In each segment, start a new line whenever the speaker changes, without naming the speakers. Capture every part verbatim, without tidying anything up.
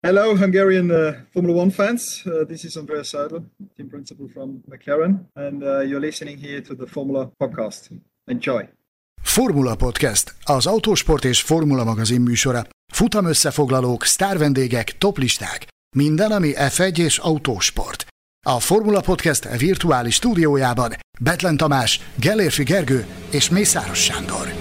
Hello, Hungarian uh, Formula One fans. Uh, this is Andreas Seidel, team principal from McLaren, and uh, you're listening here to the Formula Podcast. Enjoy!
Formula Podcast, az autósport és formula magazin műsora. Futam összefoglalók, sztárvendégek, toplisták. Minden, ami ef egy és autósport. A Formula Podcast virtuális stúdiójában Bethlen Tamás, Gellérfi Gergő és Mészáros Sándor.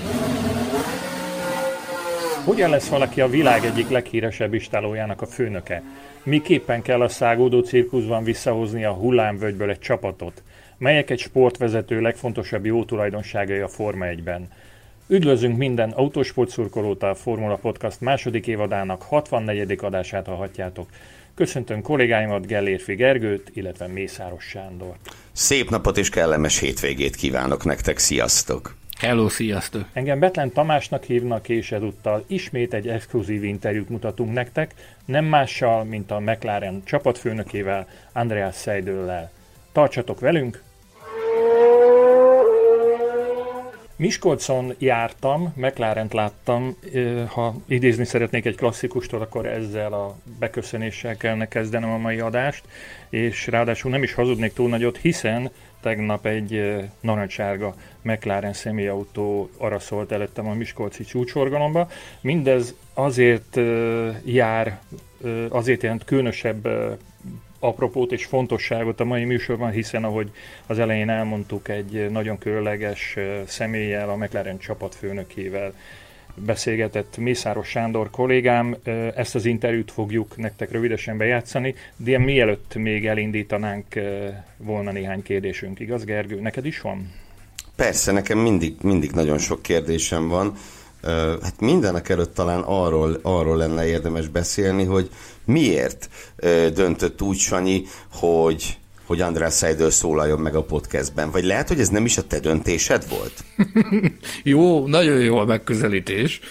Hogyan lesz valaki a világ egyik leghíresebb istálójának a főnöke? Miképpen kell a szágódó cirkuszban visszahozni a hullámvölgyből egy csapatot? Melyek egy sportvezető legfontosabb jó tulajdonságai a Forma egyben? Üdvözlünk minden autósport szurkolót, a Formula Podcast második évadának hatvannegyedik adását hallhatjátok. Köszöntöm kollégáimat, Gellérfi Gergőt, illetve Mészáros Sándor.
Szép napot és kellemes hétvégét kívánok nektek, sziasztok!
Hello, sziasztok!
Engem Bethlen Tamásnak hívnak, és ezúttal ismét egy exkluzív interjút mutatunk nektek, nem mással, mint a McLaren csapatfőnökével, Andreas Seidellel. Tartsatok velünk! Miskolcon jártam, McLarent láttam, ha idézni szeretnék egy klasszikustól, akkor ezzel a beköszönéssel kellene kezdenem a mai adást, és ráadásul nem is hazudnék túl nagyot, hiszen tegnap egy narancssárga McLaren személyautó araszolt előttem a miskolci csúcsforgalomba. Mindez azért jár, azért jelent különösebb apropót és fontosságot a mai műsorban, hiszen ahogy az elején elmondtuk, egy nagyon különleges személlyel, a McLaren csapatfőnökével beszélgetett Mészáros Sándor kollégám. Ezt az interjút fogjuk nektek rövidesen bejátszani, de mielőtt még elindítanánk, volna néhány kérdésünk. Igaz, Gergő? Neked is van?
Persze, nekem mindig, mindig nagyon sok kérdésem van. Hát mindenek előtt talán arról, arról lenne érdemes beszélni, hogy miért döntött úgy Sanyi, hogy, hogy Andreas Seidel szólaljon meg a podcastben. Vagy lehet, hogy ez nem is a te döntésed volt?
Jó, nagyon jó a megközelítés.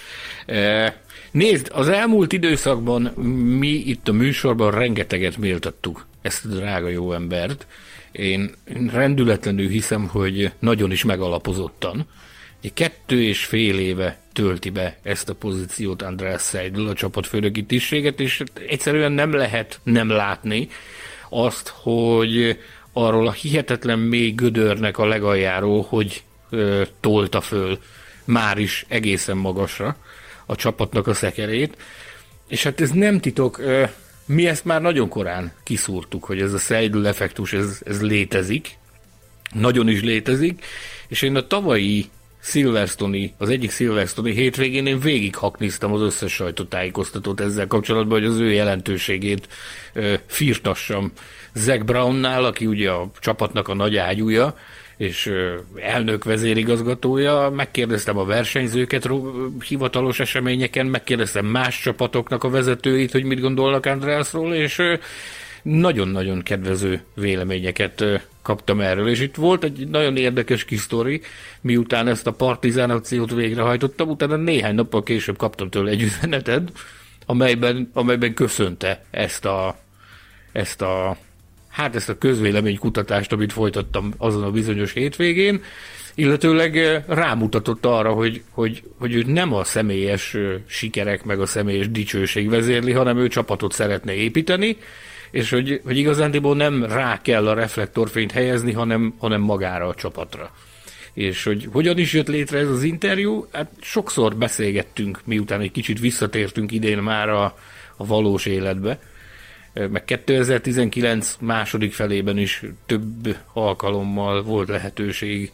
Nézd, az elmúlt időszakban mi itt a műsorban rengeteget méltattuk ezt a drága jó embert. Én rendületlenül hiszem, hogy nagyon is megalapozottan. Egy kettő és fél éve tölti be ezt a pozíciót Andreas Seidel, a csapatfőnöki tisztséget, és egyszerűen nem lehet nem látni azt, hogy arról a hihetetlen mély gödörnek a legaljáról, hogy ö, tolta föl már is egészen magasra a csapatnak a szekerét, és hát ez nem titok, ö, mi ezt már nagyon korán kiszúrtuk, hogy ez a Seidel effektus, ez, ez létezik, nagyon is létezik, és én a tavalyi Silverstone-i, az egyik Silverstone-i hétvégén én végighakniztam az összes sajtótájékoztatót ezzel kapcsolatban, hogy az ő jelentőségét ö, firtassam Zac Brownnál, aki ugye a csapatnak a nagy ágyúja, és ö, elnök vezérigazgatója. Megkérdeztem a versenyzőket ro- hivatalos eseményeken, megkérdeztem más csapatoknak a vezetőit, hogy mit gondolnak Andreasról, és ö, nagyon-nagyon kedvező véleményeket kaptam erről, és itt volt egy nagyon érdekes kis sztori, miután ezt a partizán akciót végrehajtottam, utána néhány nappal később kaptam tőle egy üzenetet, amelyben, amelyben köszönte ezt a, ezt a hát ezt a közvéleménykutatást, amit folytattam azon a bizonyos hétvégén, illetőleg rámutatott arra, hogy, hogy, hogy ő nem a személyes sikerek meg a személyes dicsőség vezérli, hanem ő csapatot szeretne építeni, és hogy, hogy igazándiból nem rá kell a reflektorfényt helyezni, hanem, hanem magára a csapatra. És hogy hogyan is jött létre ez az interjú, hát sokszor beszélgettünk, miután egy kicsit visszatértünk idén már a, a valós életbe, meg kétezer-tizenkilenc második felében is több alkalommal volt lehetőség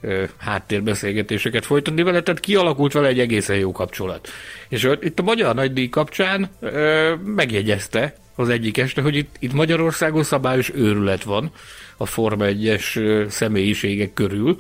háttérbeszélgetéseket folytatni vele, tehát kialakult vele egy egészen jó kapcsolat. És itt a Magyar Nagydíj kapcsán megjegyezte az egyik este, hogy itt, itt Magyarországon szabályos őrület van a Forma egyes személyiségek körül.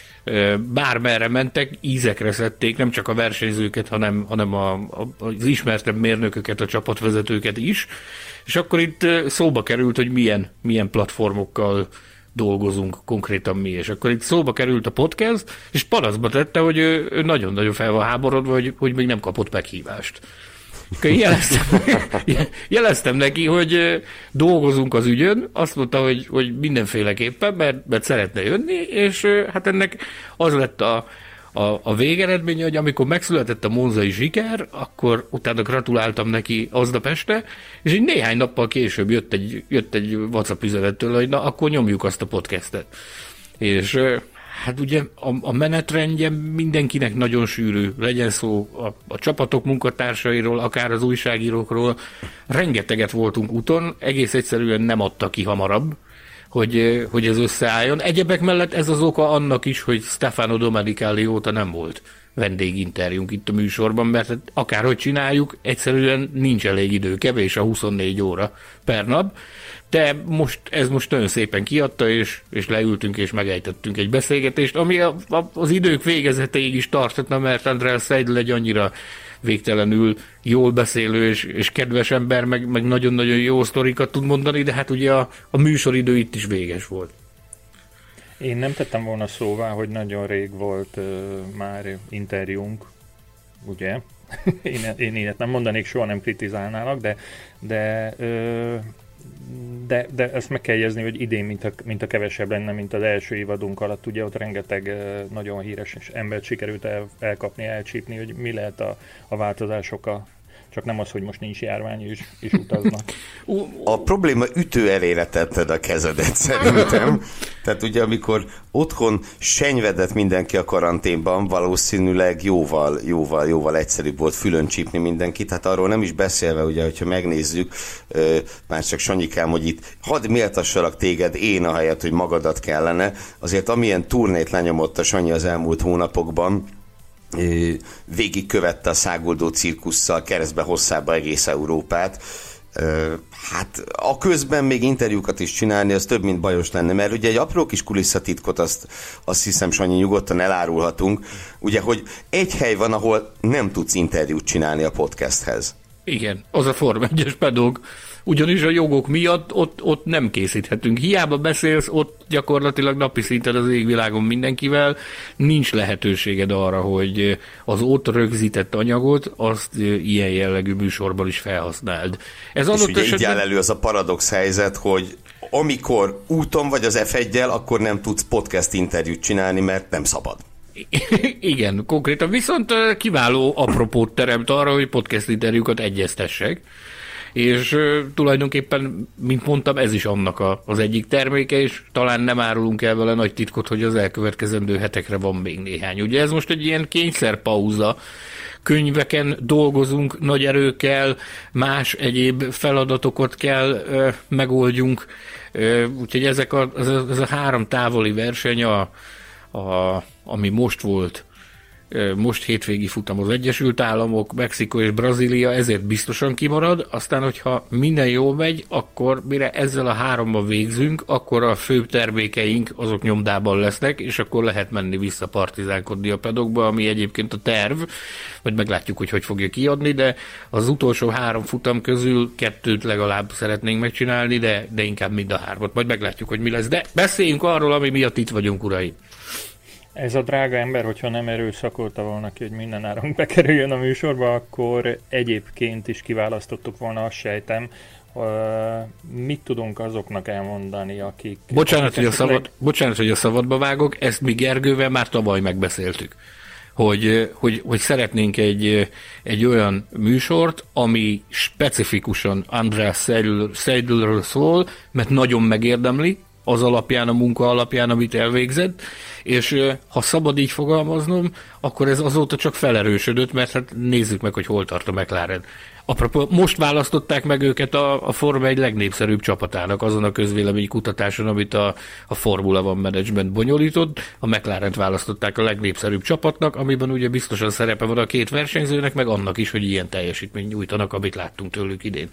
Bármerre mentek, ízekre szedték nem csak a versenyzőket, hanem, hanem a, a, az ismertebb mérnököket, a csapatvezetőket is. És akkor itt szóba került, hogy milyen, milyen platformokkal dolgozunk konkrétan mi, és akkor itt szóba került a podcast, és panaszba tette, hogy ő, ő nagyon-nagyon fel van háborodva, hogy, hogy még nem kapott meghívást. Jeleztem, jeleztem neki, hogy dolgozunk az ügyön, azt mondta, hogy, hogy mindenféleképpen, mert, mert szeretne jönni, és hát ennek az lett a, A, a végeredmény, hogy amikor megszületett a monzai siker, akkor utána gratuláltam neki aznap este, és egy néhány nappal később jött egy, jött egy WhatsApp üzenettől, hogy na, akkor nyomjuk azt a podcastet. És hát ugye a, a menetrendje mindenkinek nagyon sűrű, legyen szó a, a csapatok munkatársairól, akár az újságírókról, rengeteget voltunk úton, egész egyszerűen nem adta ki hamarabb, hogy, hogy ez összeálljon. Egyebek mellett ez az oka annak is, hogy Stefano Domenicali óta nem volt vendéginterjúnk itt a műsorban, mert akárhogy csináljuk, egyszerűen nincs elég idő, kevés a huszonnégy óra per nap, de most, ez most nagyon szépen kiadta, és, és leültünk és megejtettünk egy beszélgetést, ami a, a, az idők végezetéig is tarthatna, mert Andreas Seidl egy annyira végtelenül jól beszélő és, és kedves ember, meg, meg nagyon-nagyon jó sztorikat tud mondani, de hát ugye a, a műsoridő itt is véges volt.
Én nem tettem volna szóvá, hogy nagyon rég volt uh, már interjúnk, ugye? én, én ilyet nem mondanék, soha nem kritizálnálak, de, de, uh, de, de ezt meg kell jegyezni, hogy idén mint a, mint a kevesebb lenne, mint az első évadunk alatt. Ugye ott rengeteg uh, nagyon híres embert sikerült el, elkapni, elcsípni, hogy mi lehet a, a változások a csak nem az, hogy most nincs járvány, és, és utaznak.
A probléma ütő elére tetted a kezedet szerintem. Tehát ugye amikor otthon senyvedett mindenki a karanténban, valószínűleg jóval, jóval, jóval egyszerűbb volt fülön csípni mindenkit. Hát arról nem is beszélve, ugye, hogyha megnézzük, már csak Sanyikám, hogy itt hadd méltassalak téged én ahelyett, hogy magadat kellene. Azért amilyen turnét lenyomott a Sanyi az elmúlt hónapokban, végigkövette a száguldó cirkusszal keresztbe hosszába egész Európát. Hát a közben még interjúkat is csinálni, az több, mint bajos lenne, mert ugye egy apró kis kulisszatitkot azt, azt hiszem, Sanyi, nyugodtan elárulhatunk, ugye, hogy egy hely van, ahol nem tudsz interjút csinálni a podcasthez.
Igen, az a Forma egyes pedagóg. Ugyanis a jogok miatt ott, ott nem készíthetünk. Hiába beszélsz, ott gyakorlatilag napi szinten az égvilágon mindenkivel, nincs lehetőséged arra, hogy az ott rögzített anyagot azt ilyen jellegű műsorban is felhasználd. Ez
és ugye
esetben...
így áll elő az a paradox helyzet, hogy amikor úton vagy az ef egyel, akkor nem tudsz podcast interjút csinálni, mert nem szabad.
Igen, konkrétan viszont kiváló apropót teremt arra, hogy podcast interjúkat egyeztessek. És uh, tulajdonképpen, mint mondtam, ez is annak a, az egyik terméke, és talán nem árulunk el vele nagy titkot, hogy az elkövetkezendő hetekre van még néhány. Ugye ez most egy ilyen kényszerpauza, könyveken dolgozunk nagy erőkkel, más egyéb feladatokat kell uh, megoldjunk, uh, úgyhogy ezek a, ez, a, ez a három távoli verseny, a, a, ami most volt, most hétvégi futam az Egyesült Államok, Mexikó és Brazília, ezért biztosan kimarad, aztán, hogyha minden jól megy, akkor mire ezzel a hárommal végzünk, akkor a főbb termékeink azok nyomdában lesznek, és akkor lehet menni vissza partizánkodni a pedokba, ami egyébként a terv, vagy meglátjuk, hogy hogy fogja kiadni, de az utolsó három futam közül kettőt legalább szeretnénk megcsinálni, de, de inkább mind a hármat, majd meglátjuk, hogy mi lesz. De beszéljünk arról, ami miatt itt vagyunk, uraim.
Ez a drága ember, hogyha nem erőszakolta volna ki, hogy minden áron bekerüljön a műsorba, akkor egyébként is kiválasztottuk volna, azt sejtem. Uh, mit tudunk azoknak elmondani, akik...
Bocsánat,
akik
hogy a, szabad, bocsánat, hogy a szabadba vágok, ezt mi Gergővel már tavaly megbeszéltük. Hogy, hogy, hogy szeretnénk egy, egy olyan műsort, ami specifikusan Andreas Seidlről szól, mert nagyon megérdemli, az alapján, a munka alapján, amit elvégzett, és ha szabad így fogalmaznom, akkor ez azóta csak felerősödött, mert hát nézzük meg, hogy hol tart a McLaren. Apropó, most választották meg őket a, a Forma egy legnépszerűbb csapatának azon a közvélemény kutatáson, amit a, a Formula One Management bonyolított. A McLarent választották a legnépszerűbb csapatnak, amiben ugye biztosan szerepe van a két versenyzőnek, meg annak is, hogy ilyen teljesítményt nyújtanak, amit láttunk tőlük idén.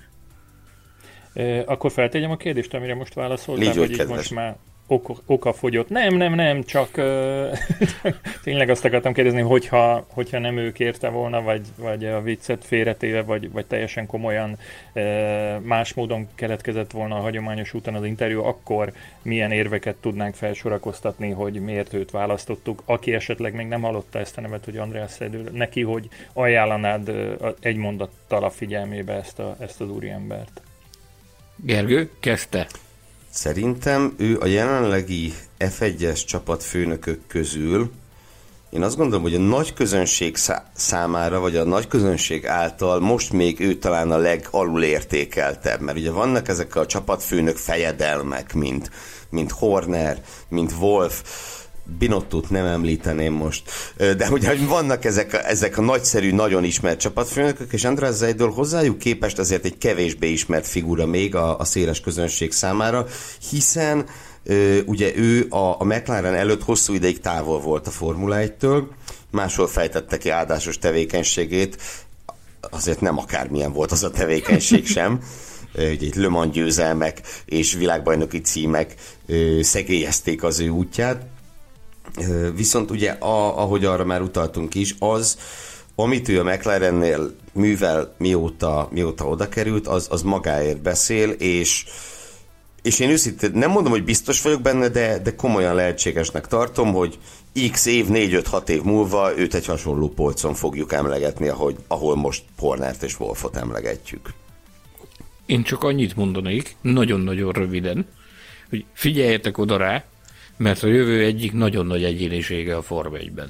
Akkor feltegyem a kérdést, amire most válaszoltál,
Légy
hogy itt
kedves.
most már oka, oka fogyott. Nem, nem, nem, csak uh, tényleg azt akartam kérdezni, hogyha, hogyha nem ő kérte volna, vagy, vagy a viccet félretéve, vagy, vagy teljesen komolyan uh, más módon keletkezett volna a hagyományos úton az interjú, akkor milyen érveket tudnánk felsorakoztatni, hogy miért őt választottuk. Aki esetleg még nem hallotta ezt a nevet, hogy Andreas Seidl, neki, hogy ajánlanád uh, egy mondattal a figyelmébe ezt, a, ezt az úriembert.
Gergő, kezdte.
Szerintem ő a jelenlegi ef egyes csapatfőnökök közül Én azt gondolom, hogy a nagy közönség számára, vagy a nagy közönség által most még ő talán a legalul értékeltebb, mert ugye vannak ezek a csapatfőnök fejedelmek, mint, mint Horner, mint Wolf, Binottot nem említeném most, de ugye vannak ezek a, ezek a nagyszerű, nagyon ismert csapatfőnökök, és Andreas Seidl hozzájuk képest azért egy kevésbé ismert figura még a, a széles közönség számára, hiszen ö, ugye ő a, a McLaren előtt hosszú ideig távol volt a Formula egytől, máshol fejtette ki áldásos tevékenységét, azért nem akármilyen volt az a tevékenység sem, ugye egy Le Mans győzelmek és világbajnoki címek ö, szegélyezték az ő útját. Viszont ugye, a, ahogy arra már utaltunk is, az, amit ő a McLarennél művel, mióta, mióta oda került, az, az magáért beszél, és, és én őszintén nem mondom, hogy biztos vagyok benne, de, de komolyan lehetségesnek tartom, hogy x év, négy-öt-hat év múlva őt egy hasonló polcon fogjuk emlegetni, ahogy, ahol most Hornert és Wolfot emlegetjük.
Én csak annyit mondanék, nagyon-nagyon röviden, hogy figyeljetek oda rá, mert a jövő egyik nagyon nagy egyénisége a Forma egyben.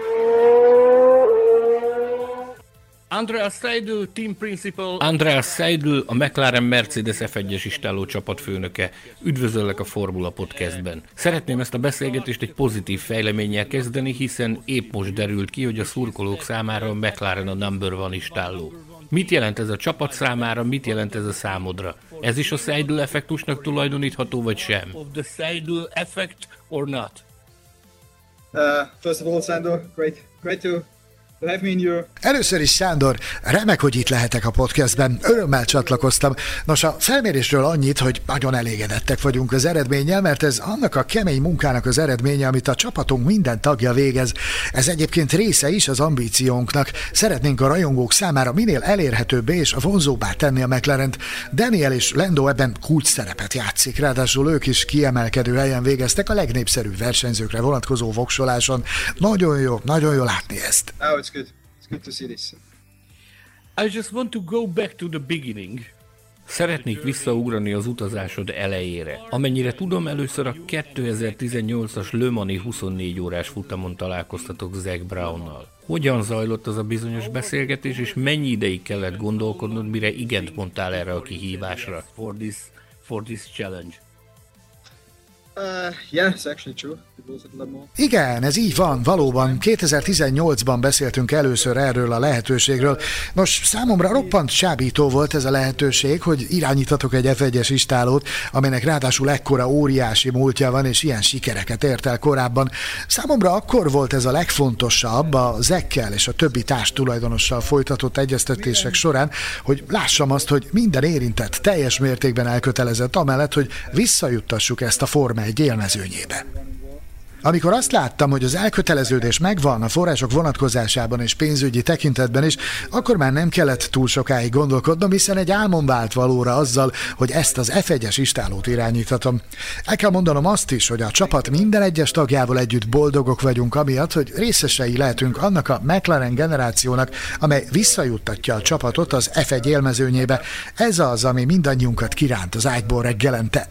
Andreas Seidl, Team Principal. Andreas Seidl, a McLaren Mercedes ef egyes istáló csapatfőnöke. Üdvözöllek a Formula Podcastben. Szeretném ezt a beszélgetést egy pozitív fejleménnyel kezdeni, hiszen épp most derült ki, hogy a szurkolók számára a McLaren a number one istáló. Mit jelent ez a csapat számára, mit jelent ez a számodra? Ez is a Seidl effektusnak tulajdonítható, vagy sem? Of the Seidl effect or not?
Uh, first of all, Sandor, great, great to have me in your...
Először is, Sándor, remek, hogy itt lehetek a podcastben, örömmel csatlakoztam. Nos, a felmérésről annyit, hogy nagyon elégedettek vagyunk az eredménnyel, mert ez annak a kemény munkának az eredménye, amit a csapatunk minden tagja végez. Ez egyébként része is az ambíciónknak. Szeretnénk a rajongók számára minél elérhetőbbé és vonzóbbá tenni a McLarent. Daniel és Lando ebben kulcs szerepet játszik, ráadásul ők is kiemelkedő helyen végeztek a legnépszerűbb versenyzőkre vonatkozó voksoláson. Nagyon jó, nagyon jó látni ezt.
Oh, it's good. It's good to see this.
I just want to go back to the beginning. Szeretnék visszaugrani az utazásod elejére. Amennyire tudom, először a kétezer-tizennyolcas Le Mans-i huszonnégy órás futamon találkoztatok Zak Brownnal. Hogyan zajlott az a bizonyos beszélgetés, és mennyi ideig kellett gondolkodnod, mire igent mondtál erre a kihívásra? For this, for this challenge.
Uh, yeah, it's actually true. It was at Le Mans.
Igen, ez így van, valóban. kétezer-tizennyolcban beszéltünk először erről a lehetőségről. Nos, számomra roppant csábító volt ez a lehetőség, hogy irányítatok egy ef egyes istálót, aminek ráadásul ekkora óriási múltja van, és ilyen sikereket ért el korábban. Számomra akkor volt ez a legfontosabb a Zakkel és a többi társtulajdonossal folytatott egyeztetések során, hogy lássam azt, hogy minden érintett teljes mértékben elkötelezett amellett, hogy visszajuttassuk ezt a Forma egy élmezőnyébe. Amikor azt láttam, hogy az elköteleződés megvan a források vonatkozásában és pénzügyi tekintetben is, akkor már nem kellett túl sokáig gondolkodnom, hiszen egy álmom vált valóra azzal, hogy ezt az ef egyes istálót irányíthatom. El kell mondanom azt is, hogy a csapat minden egyes tagjával együtt boldogok vagyunk amiatt, hogy részesei lehetünk annak a McLaren generációnak, amely visszajuttatja a csapatot az ef egy élmezőnyébe. Ez az, ami mindannyiunkat kiránt az ágyból reggelente.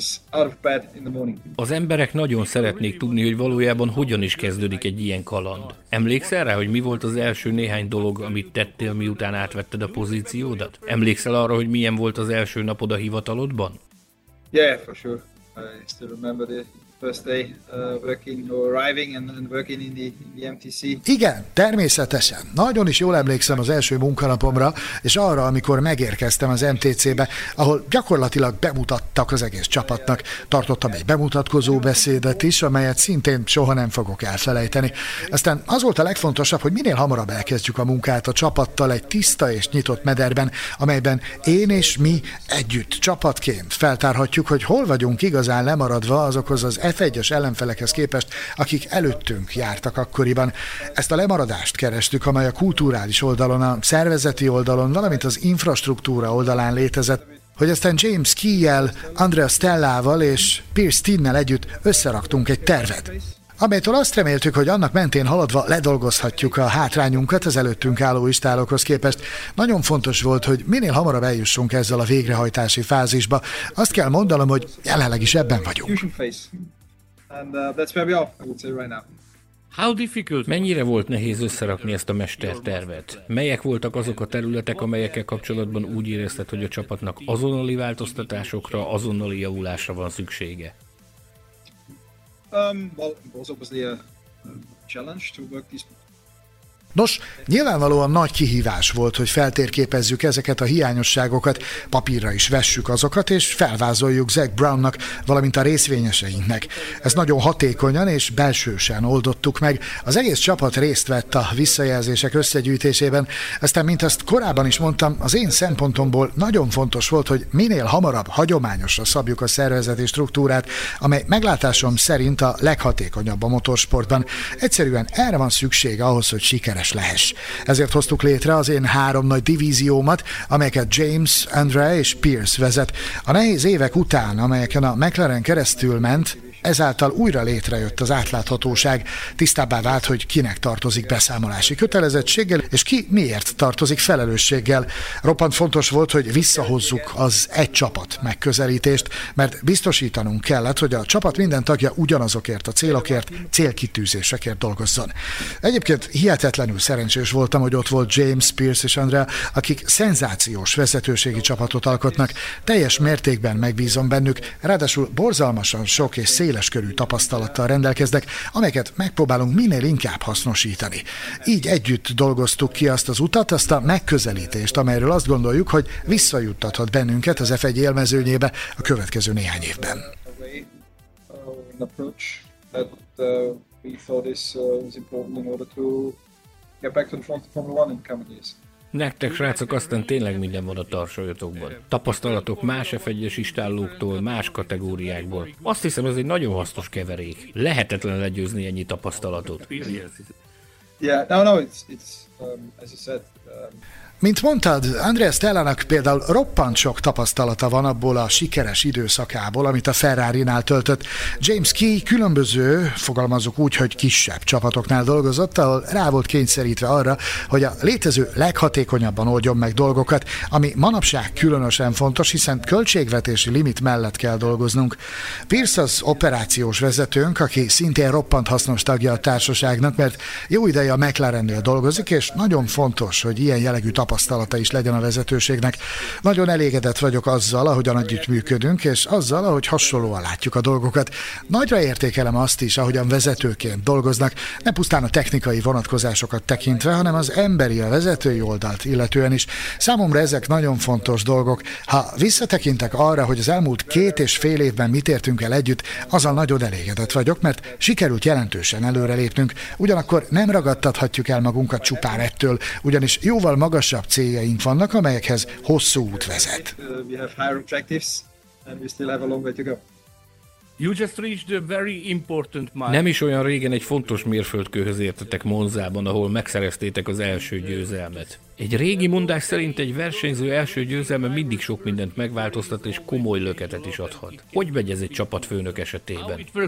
Az emberek nagyon szeretnék tudni, hogy valójában hogyan is kezdődik egy ilyen kaland. Emlékszel rá, hogy mi volt az első néhány dolog, amit tettél, miután átvetted a pozíciódat? Emlékszel arra, hogy milyen volt az első napod a hivatalodban?
Yeah, for sure. I still remember the first day uh, working or arriving and, and working in the, in the em té cé.
Igen, természetesen. Nagyon is jól emlékszem az első munkanapomra, és arra, amikor megérkeztem az em té cébe, ahol gyakorlatilag bemutattak az egész csapatnak. Tartottam egy bemutatkozó beszédet is, amelyet szintén soha nem fogok elfelejteni. Aztán az volt a legfontosabb, hogy minél hamarabb elkezdjük a munkát a csapattal egy tiszta és nyitott mederben, amelyben én és mi együtt csapatként feltárhatjuk, hogy hol vagyunk igazán lemaradva azokhoz az ef egyes ellenfelekhez képest, akik előttünk jártak akkoriban. Ezt a lemaradást kerestük, amely a kulturális oldalon, a szervezeti oldalon, valamint az infrastruktúra oldalán létezett, hogy aztán James Key-jel, Andrea Stellával és Pierce Tinnel együtt összeraktunk egy tervet, amelytől azt reméltük, hogy annak mentén haladva ledolgozhatjuk a hátrányunkat az előttünk álló istálókhoz képest. Nagyon fontos volt, hogy minél hamarabb eljussunk ezzel a végrehajtási fázisba. Azt kell mondanom, hogy jelenleg is ebben vagyunk.
How difficult? Mennyire volt nehéz összerakni ezt a mestertervet? Melyek voltak azok a területek, amelyekkel kapcsolatban úgy érezted, hogy a csapatnak azonnali változtatásokra, azonnali javulásra van szüksége?
Um, well, it was obviously a challenge to work these.
Nos, nyilvánvalóan nagy kihívás volt, hogy feltérképezzük ezeket a hiányosságokat, papírra is vessük azokat, és felvázoljuk Zac Brownnak, valamint a részvényeseinknek. Ez nagyon hatékonyan és belsősen oldottuk meg. Az egész csapat részt vett a visszajelzések összegyűjtésében, aztán, mint azt korábban is mondtam, az én szempontomból nagyon fontos volt, hogy minél hamarabb hagyományosra szabjuk a szervezeti struktúrát, amely meglátásom szerint a leghatékonyabb a motorsportban. Egyszerűen erre van szükség ahhoz, hogy sikeres lehess. Ezért hoztuk létre az én három nagy divíziómat, amelyeket James, Andre és Pierce vezet. A nehéz évek után, amelyeken a McLaren keresztül ment, ezáltal újra létrejött az átláthatóság, tisztábbá vált, hogy kinek tartozik beszámolási kötelezettséggel, és ki miért tartozik felelősséggel. Roppant fontos volt, hogy visszahozzuk az egy csapat megközelítést, mert biztosítanunk kellett, hogy a csapat minden tagja ugyanazokért a célokért, célkitűzésekért dolgozzon. Egyébként hihetetlenül szerencsés voltam, hogy ott volt James, Pierce és Andrea, akik szenzációs vezetőségi csapatot alkotnak, teljes mértékben megbízom bennük, ráadásul borzalmasan sok és széles széleskörű tapasztalattal rendelkeznek, amelyeket megpróbálunk minél inkább hasznosítani. Így együtt dolgoztuk ki azt az utat, azt a megközelítést, amelyről azt gondoljuk, hogy visszajuttathat bennünket az ef egy élmezőnyébe a következő néhány évben.
Nektek, srácok, aztán tényleg minden van a tarsolyotokban. Tapasztalatok más ef egyes istállóktól, más kategóriákból. Azt hiszem, ez egy nagyon hasznos keverék. Lehetetlen legyőzni ennyi tapasztalatot.
Yeah, no, no, it's, it's um, as you said, um...
Mint mondtad, Andrea Stellának például roppant sok tapasztalata van abból a sikeres időszakából, amit a Ferrarinál töltött. James Key különböző, fogalmazok úgy, hogy kisebb csapatoknál dolgozott, ahol rá volt kényszerítve arra, hogy a létező leghatékonyabban oldjon meg dolgokat, ami manapság különösen fontos, hiszen költségvetési limit mellett kell dolgoznunk. Pierce az operációs vezetőnk, aki szintén roppant hasznos tagja a társaságnak, mert jó ideje a McLarennél dolgozik, és nagyon fontos, hogy ilyen jellegű tapasztalata tapasztalata is legyen a vezetőségnek. Nagyon elégedett vagyok azzal, ahogyan együttműködünk, és azzal, ahogy hasonlóan látjuk a dolgokat. Nagyra értékelem azt is, ahogyan vezetőként dolgoznak, ne pusztán a technikai vonatkozásokat tekintve, hanem az emberi, a vezetői oldalt illetően is. Számomra ezek nagyon fontos dolgok. Ha visszatekintek arra, hogy az elmúlt két és fél évben mit értünk el együtt, azzal nagyon elégedett vagyok, mert sikerült jelentősen előrelépnünk. Ugyanakkor nem ragadtathatjuk el magunkat csupán ettől, ugyanis jóval magasabb céljaink vannak, amelyekhez hosszú út vezet.
Nem is olyan régen egy fontos mérföldkőhöz értetek Monzában, ahol megszereztétek az első győzelmet. Egy régi mondás szerint egy versenyző első győzelme mindig sok mindent megváltoztat és komoly löketet is adhat. Hogy megy ez egy csapatfőnök esetében?
Uh,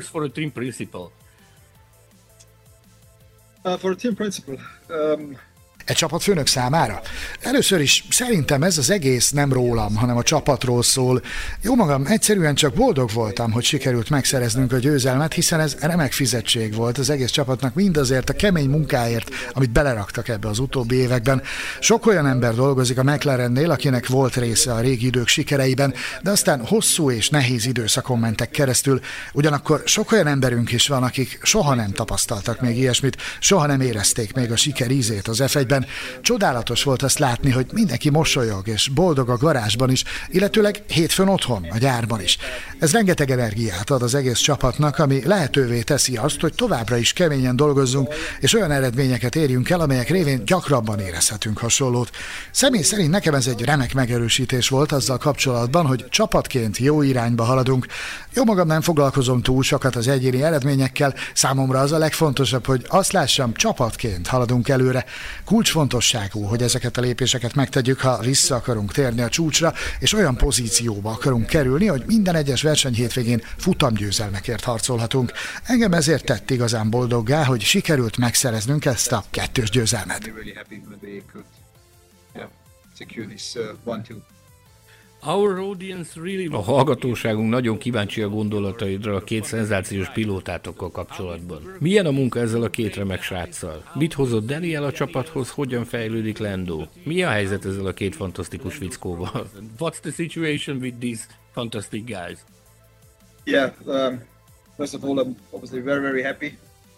for a team principle, um...
Egy csapatfőnök számára? Először is szerintem ez az egész nem rólam, hanem a csapatról szól. Jó magam, egyszerűen csak boldog voltam, hogy sikerült megszereznünk a győzelmet, hiszen ez remek fizetség volt az egész csapatnak mindazért a kemény munkáért, amit beleraktak ebbe az utóbbi években. Sok olyan ember dolgozik a McLarennél, akinek volt része a régi idők sikereiben, de aztán hosszú és nehéz időszakon mentek keresztül. Ugyanakkor sok olyan emberünk is van, akik soha nem tapasztaltak még ilyesmit, soha nem érezték még a siker ízét az ef egyben. Csodálatos volt azt látni, hogy mindenki mosolyog és boldog a garázsban is, illetőleg hétfőn otthon, a gyárban is. Ez rengeteg energiát ad az egész csapatnak, ami lehetővé teszi azt, hogy továbbra is keményen dolgozzunk, és olyan eredményeket érjünk el, amelyek révén gyakrabban érezhetünk hasonlót. Személy szerint nekem ez egy remek megerősítés volt azzal kapcsolatban, hogy csapatként jó irányba haladunk. Jó magam nem foglalkozom túl sokat az egyéni eredményekkel, számomra az a legfontosabb, hogy azt lássam, csapatként haladunk előre. Kulcsfontosságú, hogy ezeket a lépéseket megtegyük, ha vissza akarunk térni a csúcsra, és olyan pozícióba akarunk kerülni, hogy minden egyes verseny hétvégén futamgyőzelmekért harcolhatunk. Engem ezért tett igazán boldoggá, hogy sikerült megszereznünk ezt a kettős győzelmet.
A hallgatóságunk nagyon kíváncsi a gondolataidra a két szenzációs pilótátokkal kapcsolatban. Milyen a munka ezzel a két remek sráccal? Mit hozott Daniel a csapathoz, hogyan fejlődik Lando? Mi a helyzet ezzel a két fantasztikus fickóval? What's the situation with these fantastic guys?
Yeah, um, first of all, I'm obviously very, very happy.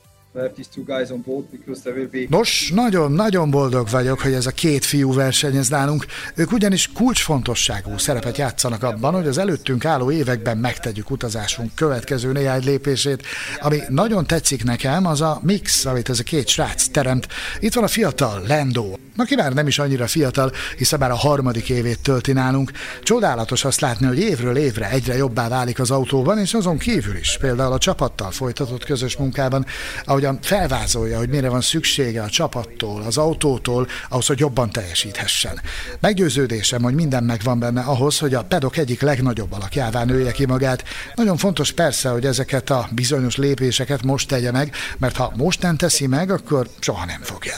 Nos, nagyon-nagyon boldog vagyok, hogy ez a két fiú versenyez nálunk. Ők ugyanis kulcsfontosságú szerepet játszanak abban, hogy az előttünk álló években megtegyük utazásunk következő néhány lépését. Ami nagyon tetszik nekem, az a mix, amit ez a két srác teremt. Itt van a fiatal Lando, aki már nem is annyira fiatal, hiszen már a harmadik évét tölti nálunk. Csodálatos azt látni, hogy évről évre egyre jobbá válik az autóban, és azon kívül is, például a csapattal folytatott közös munkában, ahogyan felvázolja, hogy mire van szüksége a csapattól, az autótól, ahhoz, hogy jobban teljesíthessen. Meggyőződésem, hogy minden megvan benne ahhoz, hogy a pedok egyik legnagyobb alakjává nője ki magát. Nagyon fontos persze, hogy ezeket a bizonyos lépéseket most tegye meg, mert ha most nem teszi meg, akkor soha nem fogja.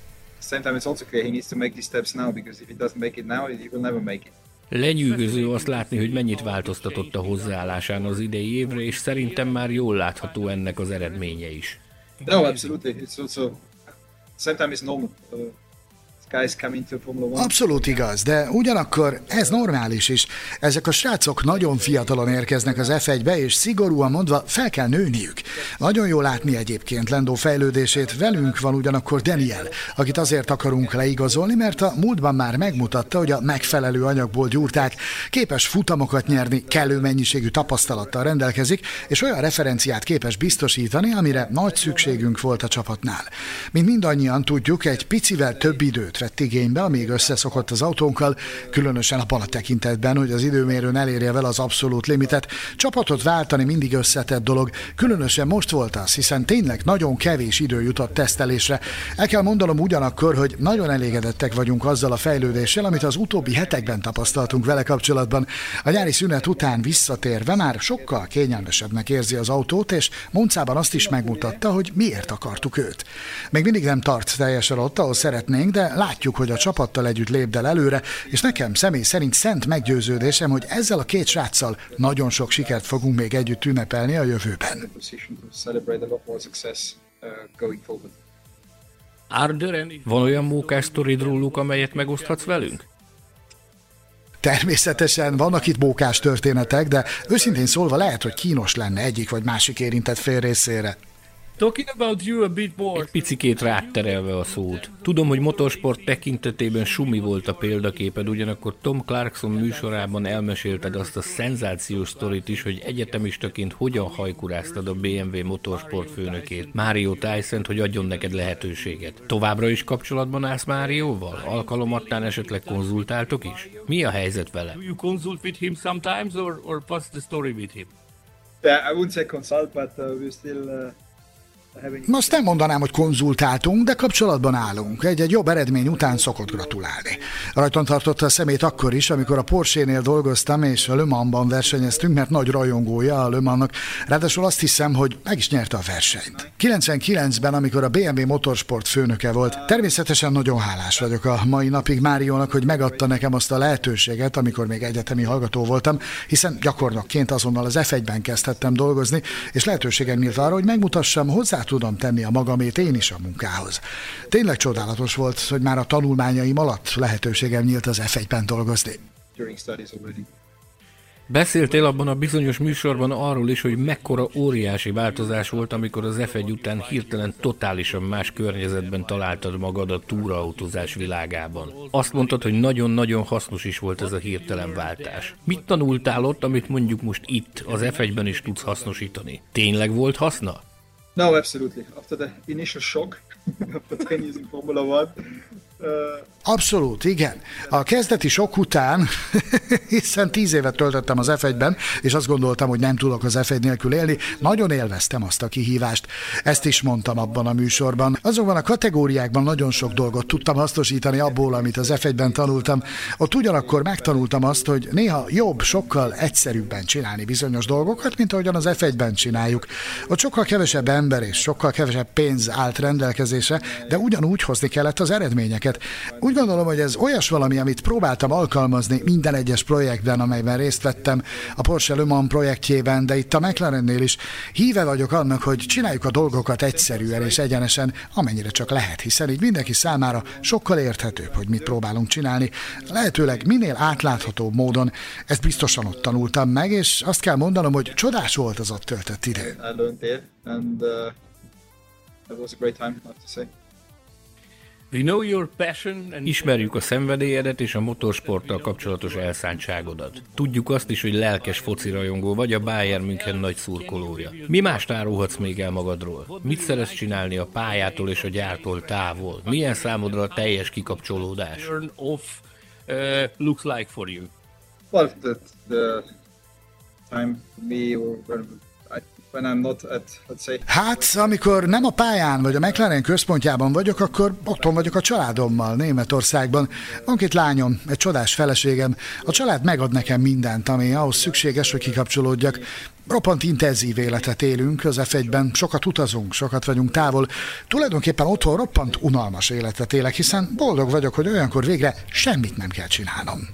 Lenyűgöző azt látni, hogy mennyit változtatott a hozzáállásán az idei évre, és szerintem már jól látható ennek az eredménye is.
No, absolutely. It's also sometimes it's normal. Uh, guys come into Formula One.
Abszolút igaz, de ugyanakkor ez normális is. Ezek a srácok nagyon fiatalon érkeznek az ef egybe, és szigorúan mondva fel kell nőniük. Nagyon jó látni egyébként Lando fejlődését. Velünk van ugyanakkor Daniel, akit azért akarunk leigazolni, mert a múltban már megmutatta, hogy a megfelelő anyagból gyúrták, képes futamokat nyerni, kellő mennyiségű tapasztalattal rendelkezik, és olyan referenciát képes biztosítani, amire nagy szükségünk volt a csapatnál. Mint mindannyian tudjuk, egy picivel több időt vett igénybe, amíg összeszokott az autónkkal, különösen abban a tekintetben, hogy az időmérőn elérje vele az abszolút limitet. Csapatot váltani mindig összetett dolog, különösen most volt az, hiszen tényleg nagyon kevés idő jutott tesztelésre. El kell mondanom ugyanakkor, hogy nagyon elégedettek vagyunk azzal a fejlődéssel, amit az utóbbi hetekben tapasztaltunk vele kapcsolatban. A nyári szünet után visszatérve már sokkal kényelmesebbnek érzi az autót, és Moncában azt is megmutatta, hogy miért akartuk őt. Még mindig nem tart teljesen ott, ahol szeretnénk, de látjuk, hogy a csapattal együtt lépdel előre, és nekem személy szerint szent meggyőződésem, hogy ezzel a két sráccal nagyon sok sikert fogunk még együtt ünnepelni a jövőben.
Van olyan mókás sztorid róluk, amelyet megoszthatsz velünk?
Természetesen vannak itt mókás történetek, de őszintén szólva lehet, hogy kínos lenne egyik vagy másik érintett fél részére.
Egy picikét rátterelve a szót. Tudom, hogy motorsport tekintetében sumi volt a példaképed, ugyanakkor Tom Clarkson műsorában elmesélted azt a szenzációs sztorit is, hogy egyetemistaként hogyan hajkuráztad a bé em vé motorsport főnökét, Mario Tyson-t, hogy adjon neked lehetőséget. Továbbra is kapcsolatban állsz Márióval? Alkalomattán esetleg konzultáltok is? Mi a helyzet vele?
Yeah, I wouldn't say consult, but uh, we're still uh...
Azt nem mondanám, hogy konzultáltunk, de kapcsolatban állunk. Egy-egy jobb eredmény után szokott gratulálni. Rajtam tartotta a szemét akkor is, amikor a Porsche-nél dolgoztam, és a Le Mansban versenyeztünk, mert nagy rajongója a Le Mansnak. Ráadásul azt hiszem, hogy meg is nyerte a versenyt. kilencvenkilencben, amikor a bé em vé Motorsport főnöke volt, természetesen nagyon hálás vagyok a mai napig Máriónak, hogy megadta nekem azt a lehetőséget, amikor még egyetemi hallgató voltam, hiszen gyakornokként azonnal az ef egyben kezdhettem dolgozni, és lehetőségem nyílt arra, hogy megmutassam, hozzá tudom tenni a magamét én is a munkához. Tényleg csodálatos volt, hogy már a tanulmányaim alatt lehetőségem nyílt az ef egyben dolgozni.
Beszéltél abban a bizonyos műsorban arról is, hogy mekkora óriási változás volt, amikor az ef egy után hirtelen totálisan más környezetben találtad magad a túraautózás világában. Azt mondtad, hogy nagyon-nagyon hasznos is volt ez a hirtelen váltás. Mit tanultál ott, amit mondjuk most itt, az ef egyben is tudsz hasznosítani? Tényleg volt haszna?
No, absolutely. After the initial shock, after ten years in Formula One, uh...
Abszolút, igen. A kezdeti sok után, hiszen tíz évet töltöttem az ef egyben, és azt gondoltam, hogy nem tudok az ef egy nélkül élni, nagyon élveztem azt a kihívást. Ezt is mondtam abban a műsorban. Azonban a kategóriákban nagyon sok dolgot tudtam hasznosítani abból, amit az ef egyben tanultam. Ott ugyanakkor megtanultam azt, hogy néha jobb, sokkal egyszerűbben csinálni bizonyos dolgokat, mint ahogyan az ef egyben csináljuk. Ott sokkal kevesebb ember és sokkal kevesebb pénz állt rendelkezésre, de ugyanúgy hozni kellett az eredményeket. őket. Úgy gondolom, hogy ez olyas valami, amit próbáltam alkalmazni minden egyes projektben, amelyben részt vettem, a Porsche Le Mans projektjében, de itt a McLarennél is híve vagyok annak, hogy csináljuk a dolgokat egyszerűen és egyenesen, amennyire csak lehet, hiszen így mindenki számára sokkal érthetőbb, hogy mit próbálunk csinálni. Lehetőleg minél átláthatóbb módon, ezt biztosan ott tanultam meg, és azt kell mondanom, hogy csodás volt az ott töltött idő.
Ismerjük a szenvedélyedet és a motorsporttal kapcsolatos elszántságodat. Tudjuk azt is, hogy lelkes focirajongó vagy, a Bayern München nagy szurkolója. Mi mást árulhatsz még el magadról? Mit szeretsz csinálni a pályától és a gyártól távol? Milyen számodra a teljes kikapcsolódás? Uh, looks like for you?
Well, the, the time for me or when I'm not at, let's say...
Hát, amikor nem a pályán vagy a McLaren központjában vagyok, akkor otthon vagyok a családommal Németországban. Van két lányom, egy csodás feleségem. A család megad nekem mindent, ami ahhoz szükséges, hogy kikapcsolódjak. Roppant intenzív életet élünk az ef egyben, sokat utazunk, sokat vagyunk távol. Tulajdonképpen otthon roppant unalmas életet élek, hiszen boldog vagyok, hogy olyankor végre semmit nem kell csinálnom.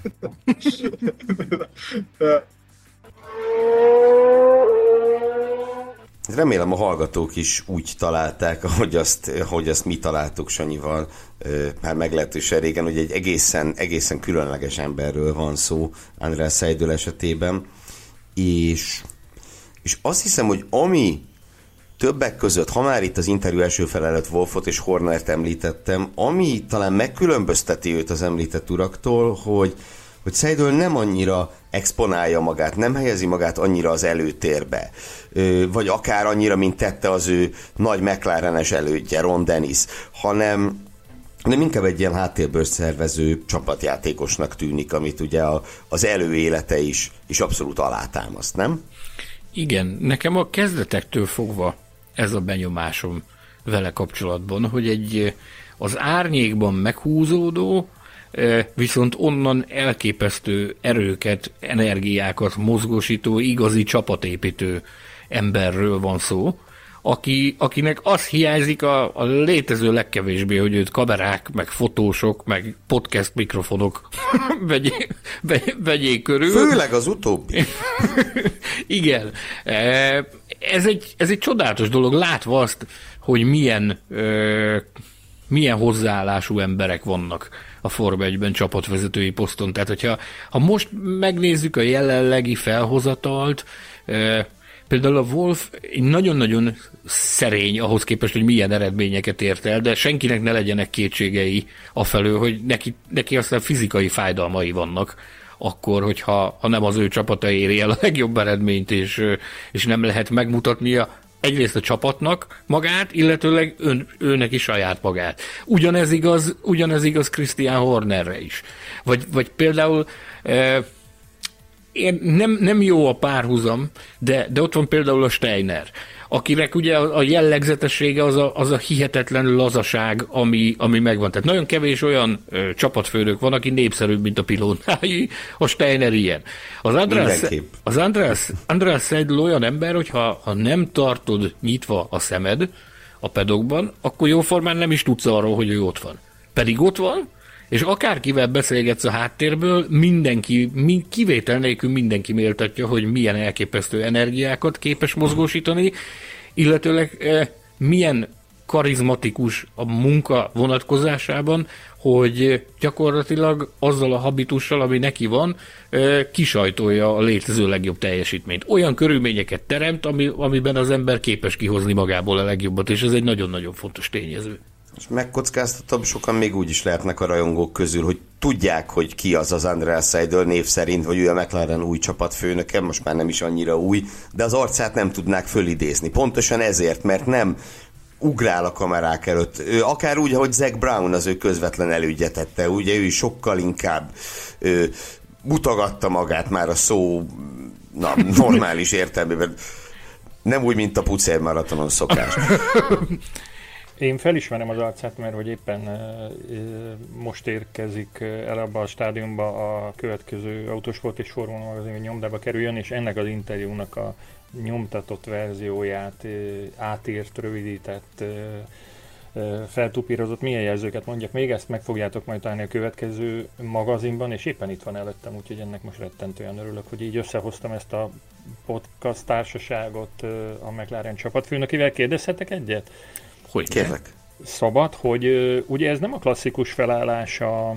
Remélem a hallgatók is úgy találták, ahogy azt, ahogy azt mi találtuk Sanyival már meglehetősen régen, hogy egy egészen, egészen különleges emberről van szó Andreas Seidl esetében, és, és azt hiszem, hogy ami többek között, ha már itt az interjú első felelőtt Wolffot és Hornert említettem, ami talán megkülönbözteti őt az említett uraktól, hogy hogy Seidl nem annyira exponálja magát, nem helyezi magát annyira az előtérbe, vagy akár annyira, mint tette az ő nagy McLarenes elődje, Ron Dennis, hanem, hanem inkább egy ilyen háttérből szervező csapatjátékosnak tűnik, amit ugye a, az előélete is, is abszolút alátámaszt, nem?
Igen, nekem a kezdetektől fogva ez a benyomásom vele kapcsolatban, hogy egy az árnyékban meghúzódó, viszont onnan elképesztő erőket, energiákat mozgósító, igazi csapatépítő emberről van szó, aki, akinek az hiányzik a, a létező legkevésbé, hogy őt kamerák, meg fotósok, meg podcast mikrofonok vegyék, vegyék körül.
Főleg az utóbbi.
Igen. Ez egy, ez egy csodálatos dolog, látva azt, hogy milyen, milyen hozzáállású emberek vannak a Forma egyben csapatvezetői poszton. Tehát, hogyha ha most megnézzük a jelenlegi felhozatalt, e, például a Wolff nagyon-nagyon szerény ahhoz képest, hogy milyen eredményeket ért el, de senkinek ne legyenek kétségei afelől, hogy neki, neki aztán fizikai fájdalmai vannak, akkor, hogyha ha nem az ő csapata éri el a legjobb eredményt, és, és nem lehet megmutatnia egyrészt a csapatnak magát, illetőleg ön, őnek is saját magát. Ugyanez igaz, ugyanez igaz Christian Hornerre is. Vagy, vagy például e, nem, nem jó a párhuzam, de, de ott van például a Steiner, akinek ugye a jellegzetessége az a, az a hihetetlen lazaság, ami, ami megvan. Tehát nagyon kevés olyan ö, csapatfőnök van, aki népszerűbb, mint a pilótái, a Steiner ilyen. Az Andreas, az Andreas, Andreas Seidl olyan ember, hogyha ha nem tartod nyitva a szemed a pedokban, akkor jóformán nem is tudsz arról, hogy ő ott van. Pedig ott van, és akárkivel beszélgetsz a háttérből, mindenki, mind, kivétel nélkül mindenki méltatja, hogy milyen elképesztő energiákat képes mozgósítani, illetőleg eh, milyen karizmatikus a munka vonatkozásában, hogy gyakorlatilag azzal a habitussal, ami neki van, eh, kisajtolja a létező legjobb teljesítményt. Olyan körülményeket teremt, ami, amiben az ember képes kihozni magából a legjobbat, és ez egy nagyon-nagyon fontos tényező.
És megkockáztatom, sokan még úgy is lehetnek a rajongók közül, hogy tudják, hogy ki az az Andreas Seidl név szerint, hogy ő a McLaren új csapatfőnöke, most már nem is annyira új, de az arcát nem tudnák fölidézni. Pontosan ezért, mert nem ugrál a kamerák előtt. Ő, akár úgy, ahogy Zac Brown az ő közvetlen elődje tette, ugye ő sokkal inkább ő, mutogatta magát már a szó na, normális értelmében. Nem úgy, mint a pucér maratonon szokás.
Én felismerem az arcát, mert hogy éppen uh, most érkezik el abba a stádiumba a következő Autosport és Formula magazin, hogy nyomdába kerüljön, és ennek az interjúnak a nyomtatott verzióját, uh, átírt, rövidített uh, feltupírozott, milyen jelzőket mondjak még, ezt meg fogjátok majd találni a következő magazinban, és éppen itt van előttem, úgyhogy ennek most rettentően örülök, hogy így összehoztam ezt a podcast társaságot a McLaren csapatfőnökével. Kérdezhetek egyet?
Hogy kérlek?
Szabad, hogy ugye ez nem a klasszikus felállás a,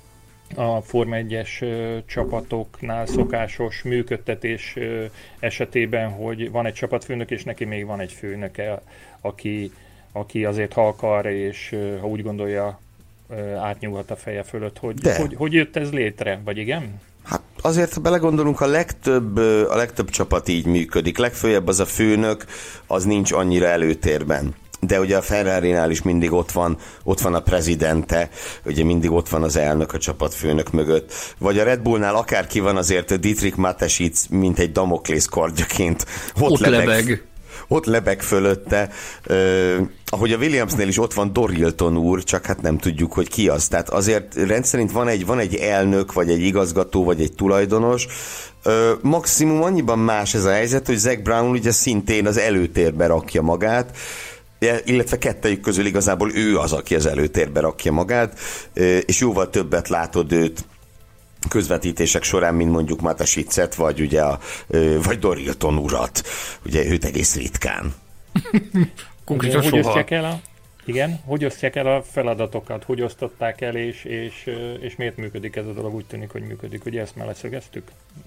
a Forma egyes csapatoknál szokásos működtetés esetében, hogy van egy csapatfőnök, és neki még van egy főnöke, aki, aki azért ha akar, és ha úgy gondolja, átnyúlhat a feje fölött. Hogy, hogy, hogy jött ez létre, vagy igen?
Hát azért, ha belegondolunk, a legtöbb, a legtöbb csapat így működik. Legfőjebb az a főnök, az nincs annyira előtérben. De ugye a Ferrarinál is mindig ott van, ott van a prezidente, ugye mindig ott van az elnök a csapatfőnök mögött. Vagy a Red Bullnál akárki van, azért Dietrich Mateschitz, mint egy Damoklész kardjaként ott,
ott lebeg. lebeg.
Ott lebeg fölötte. Uh, ahogy a Williamsnél is ott van Dorilton úr, csak hát nem tudjuk, hogy ki az. Tehát azért rendszerint van egy, van egy elnök, vagy egy igazgató, vagy egy tulajdonos. Uh, maximum annyiban más ez a helyzet, hogy Zac Brown ugye szintén az előtérbe rakja magát, illetve kettejük közül igazából ő az, aki az előtérbe rakja magát, és jóval többet látod őt közvetítések során, mint mondjuk Mateschitzet, vagy ugye a, vagy Dorilton urat. Ugye őt egész ritkán.
Konkrétan hogy osztják el a, igen, hogy osztják el a feladatokat, hogy osztották el, és, és, és miért működik ez a dolog? Úgy tűnik, hogy működik. Ugye ezt már leszögeztük?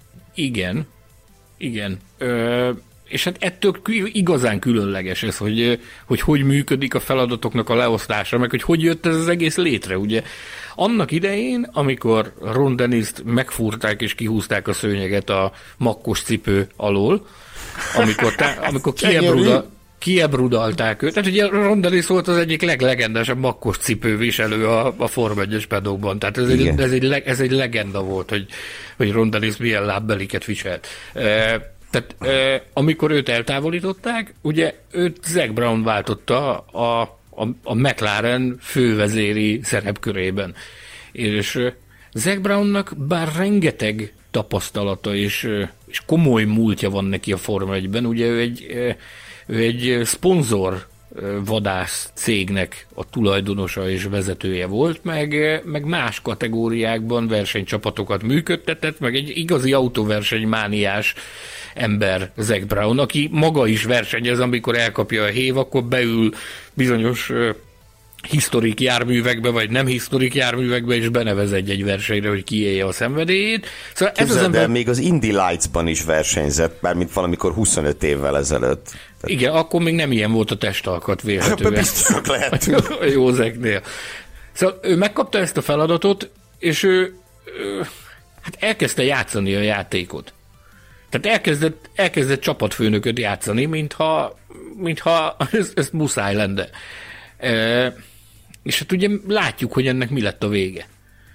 Igen. Igen. Ö... És hát ettől igazán különleges ez, hogy, hogy hogy működik a feladatoknak a leosztása, meg hogy hogy jött ez az egész létre, ugye. Annak idején, amikor Ron Dennis-t megfúrták és kihúzták a szőnyeget a makkos cipő alól, amikor, tá, amikor kiebruda, kiebrudalták őt. Tehát ugye Ron Dennis volt az egyik leglegendásabb makkos cipőviselő a, a Forma egyes paddockban. Tehát ez egy, ez, egy, ez egy legenda volt, hogy, hogy Ron Dennis milyen lábbeliket viselt. Tehát eh, amikor őt eltávolították, ugye őt Zac Brown váltotta a, a, a McLaren fővezéri szerepkörében. És eh, Zac Brownnak bár rengeteg tapasztalata és, eh, és komoly múltja van neki a Forma egyben, ugye ő egy, eh, ő egy szponzor vadász cégnek a tulajdonosa és vezetője volt, meg, meg más kategóriákban versenycsapatokat működtetett, meg egy igazi autóversenymániás ember Zac Brown, aki maga is versenyez, amikor elkapja a hév, akkor beül bizonyos uh, historik járművekbe, vagy nem historik járművekbe, és benevez egy-egy versenyre, hogy kiélje a szenvedélyét. Szóval ez az ember...
még az Indy Lights-ban is versenyzett, bármint valamikor huszonöt évvel ezelőtt. Tehát...
Igen, akkor még nem ilyen volt a testalkat vélhetően.
Biztosak lehetünk.
A Józeknél. Szóval ő megkapta ezt a feladatot, és ő, ő hát elkezdte játszani a játékot. Tehát elkezdett, elkezdett csapatfőnököt játszani, mintha, mintha ez, ez muszáj lenne. E, és hát ugye látjuk, hogy ennek mi lett a vége.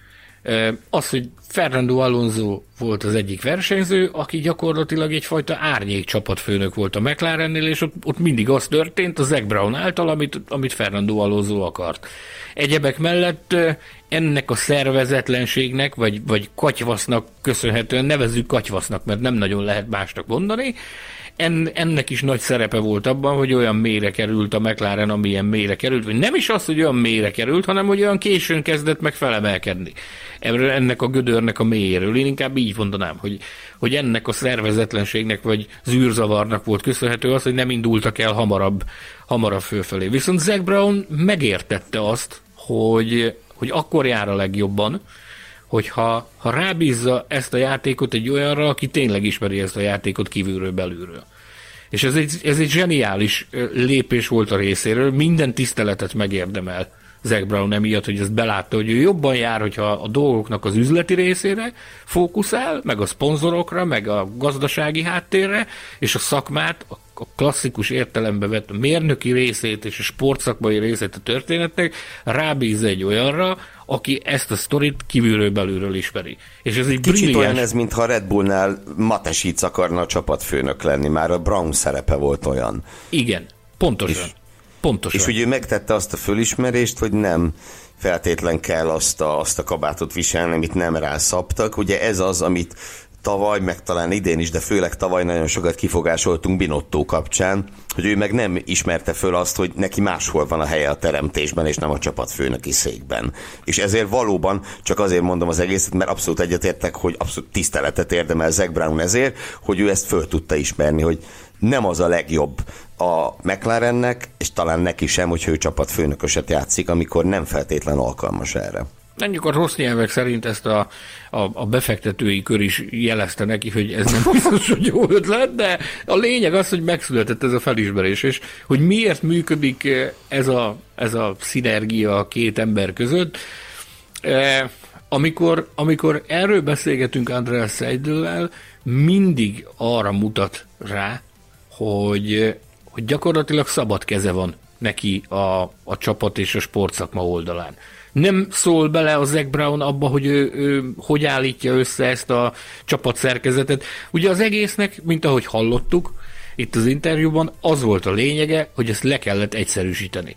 E, az, hogy Fernando Alonso volt az egyik versenyző, aki gyakorlatilag egyfajta árnyék csapatfőnök volt a McLarennél, és ott, ott mindig az történt a Zac Brown által, amit, amit Fernando Alonso akart. Egyebek mellett ennek a szervezetlenségnek, vagy, vagy katyvasznak köszönhetően, nevezzük katyvasznak, mert nem nagyon lehet másnak mondani, en, ennek is nagy szerepe volt abban, hogy olyan mélyre került a McLaren, amilyen mélyre került, vagy nem is az, hogy olyan mélyre került, hanem hogy olyan későn kezdett meg felemelkedni. Ennek a gödörnek a mélyéről. Én inkább így mondanám, hogy, hogy ennek a szervezetlenségnek, vagy zűrzavarnak volt köszönhető az, hogy nem indultak el hamarabb, hamarabb fölfelé. Viszont Zac Brown megértette azt, hogy, hogy akkor jár a legjobban, hogyha ha rábízza ezt a játékot egy olyanra, aki tényleg ismeri ezt a játékot kívülről belülről. És ez egy, ez egy zseniális lépés volt a részéről, minden tiszteletet megérdemel Zac Brown emiatt, hogy ezt belátta, hogy ő jobban jár, hogyha a dolgoknak az üzleti részére fókuszál, meg a szponzorokra, meg a gazdasági háttérre, és a szakmát, a klasszikus értelembe vett mérnöki részét és a sportszakmai részét a történetnek rábíz egy olyanra, aki ezt a sztorit kívülről belülről ismeri. És ez egy
kicsit
brilliáns...
olyan ez, mintha a Red Bullnál Mateschitz akarna a csapatfőnök lenni, már a Brown szerepe volt olyan.
Igen, pontosan. És, pontosan.
és ugye ő megtette azt a fölismerést, hogy nem feltétlen kell azt a, azt a kabátot viselni, amit nem rászabtak. Ugye ez az, amit tavaly, meg talán idén is, de főleg tavaly nagyon sokat kifogásoltunk Binotto kapcsán, hogy ő meg nem ismerte föl azt, hogy neki máshol van a helye a teremtésben, és nem a csapatfőnöki székben. És ezért valóban, csak azért mondom az egészet, mert abszolút egyetértek, hogy abszolút tiszteletet érdemel Zak Brown ezért, hogy ő ezt föl tudta ismerni, hogy nem az a legjobb a McLarennek, és talán neki sem, hogyha ő csapatfőnököset játszik, amikor nem feltétlen alkalmas erre.
Mondjuk a rossz nyelvek szerint ezt a, a, a befektetői kör is jelezte neki, hogy ez nem biztos, hogy jó ötlet, de a lényeg az, hogy megszületett ez a felismerés, és hogy miért működik ez a, ez a szinergia a két ember között. E, amikor, amikor erről beszélgetünk Andreas Seidl-lel, mindig arra mutat rá, hogy, hogy gyakorlatilag szabad keze van neki a, a csapat és a sportszakma oldalán. Nem szól bele a Zak Brown abba, hogy ő, ő hogy állítja össze ezt a csapatszerkezetet. Ugye az egésznek, mint ahogy hallottuk itt az interjúban, az volt a lényege, hogy ezt le kellett egyszerűsíteni.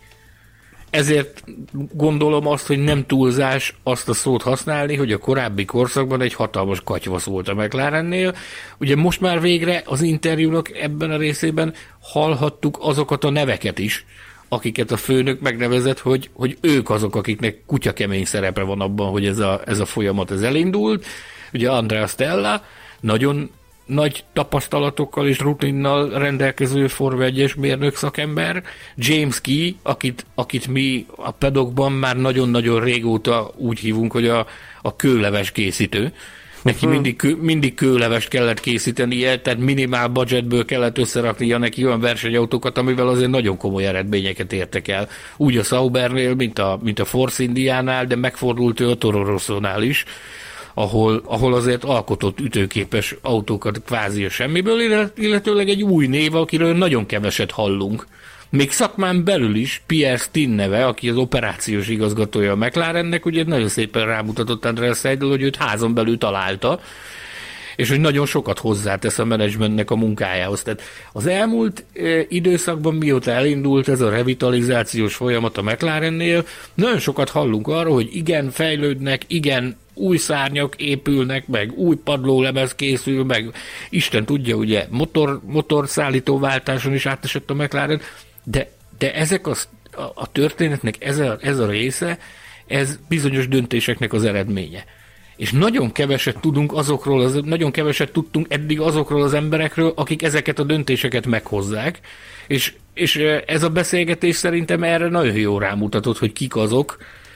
Ezért gondolom azt, hogy nem túlzás azt a szót használni, hogy a korábbi korszakban egy hatalmas katyvasz volt a McLarennél. Ugye most már végre az interjúnak ebben a részében hallhattuk azokat a neveket is, akiket a főnök megnevezett, hogy, hogy ők azok, akiknek kutyakemény szerepe van abban, hogy ez a, ez a folyamat ez elindult. Ugye Andrea Stella, nagyon nagy tapasztalatokkal és rutinnal rendelkező Forma egyes mérnök szakember, James Key, akit, akit mi a pedokban már nagyon-nagyon régóta úgy hívunk, hogy a, a kőleves készítő. Neki mindig, kő, mindig kőlevest kellett készítenie, tehát minimál budgetből kellett összeraknia neki olyan versenyautókat, amivel azért nagyon komoly eredményeket értek el. Úgy a Saubernél, mint a, mint a Force Indiánál, de megfordult ő a Toro Rossónál is, ahol, ahol azért alkotott ütőképes autókat kvázi a semmiből, illetőleg egy új név, akiről nagyon keveset hallunk. Még szakmán belül is Pierre Stinn neve, aki az operációs igazgatója a McLarennek, ugye nagyon szépen rámutatott Andreas Seidl, hogy őt házon belül találta, és hogy nagyon sokat hozzátesz a menedzsmentnek a munkájához. Tehát az elmúlt e, időszakban, mióta elindult ez a revitalizációs folyamat a McLarennél, nagyon sokat hallunk arról, hogy igen, fejlődnek, igen, új szárnyak épülnek, meg új padlólemez készül, meg Isten tudja, ugye motor, motorszállítóváltáson is átesett a McLaren, de, de ezek az, a, a történetnek ez a, ez a része, ez bizonyos döntéseknek az eredménye. És nagyon keveset tudunk azokról, az, nagyon keveset tudtunk eddig azokról az emberekről, akik ezeket a döntéseket meghozzák, és, és ez a beszélgetés szerintem erre nagyon jó rámutatott, hogy kik azok,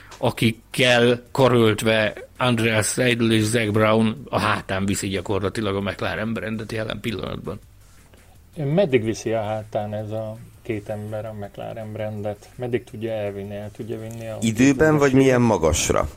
akikkel karöltve Andreas Seidl és Zak Brown a hátán viszi gyakorlatilag a McLaren brandet jelen pillanatban.
Meddig viszi a hátán ez a két ember a McLaren brandet? Meddig tudja elvinni, el tudja vinni? A
időben, vagy milyen magasra?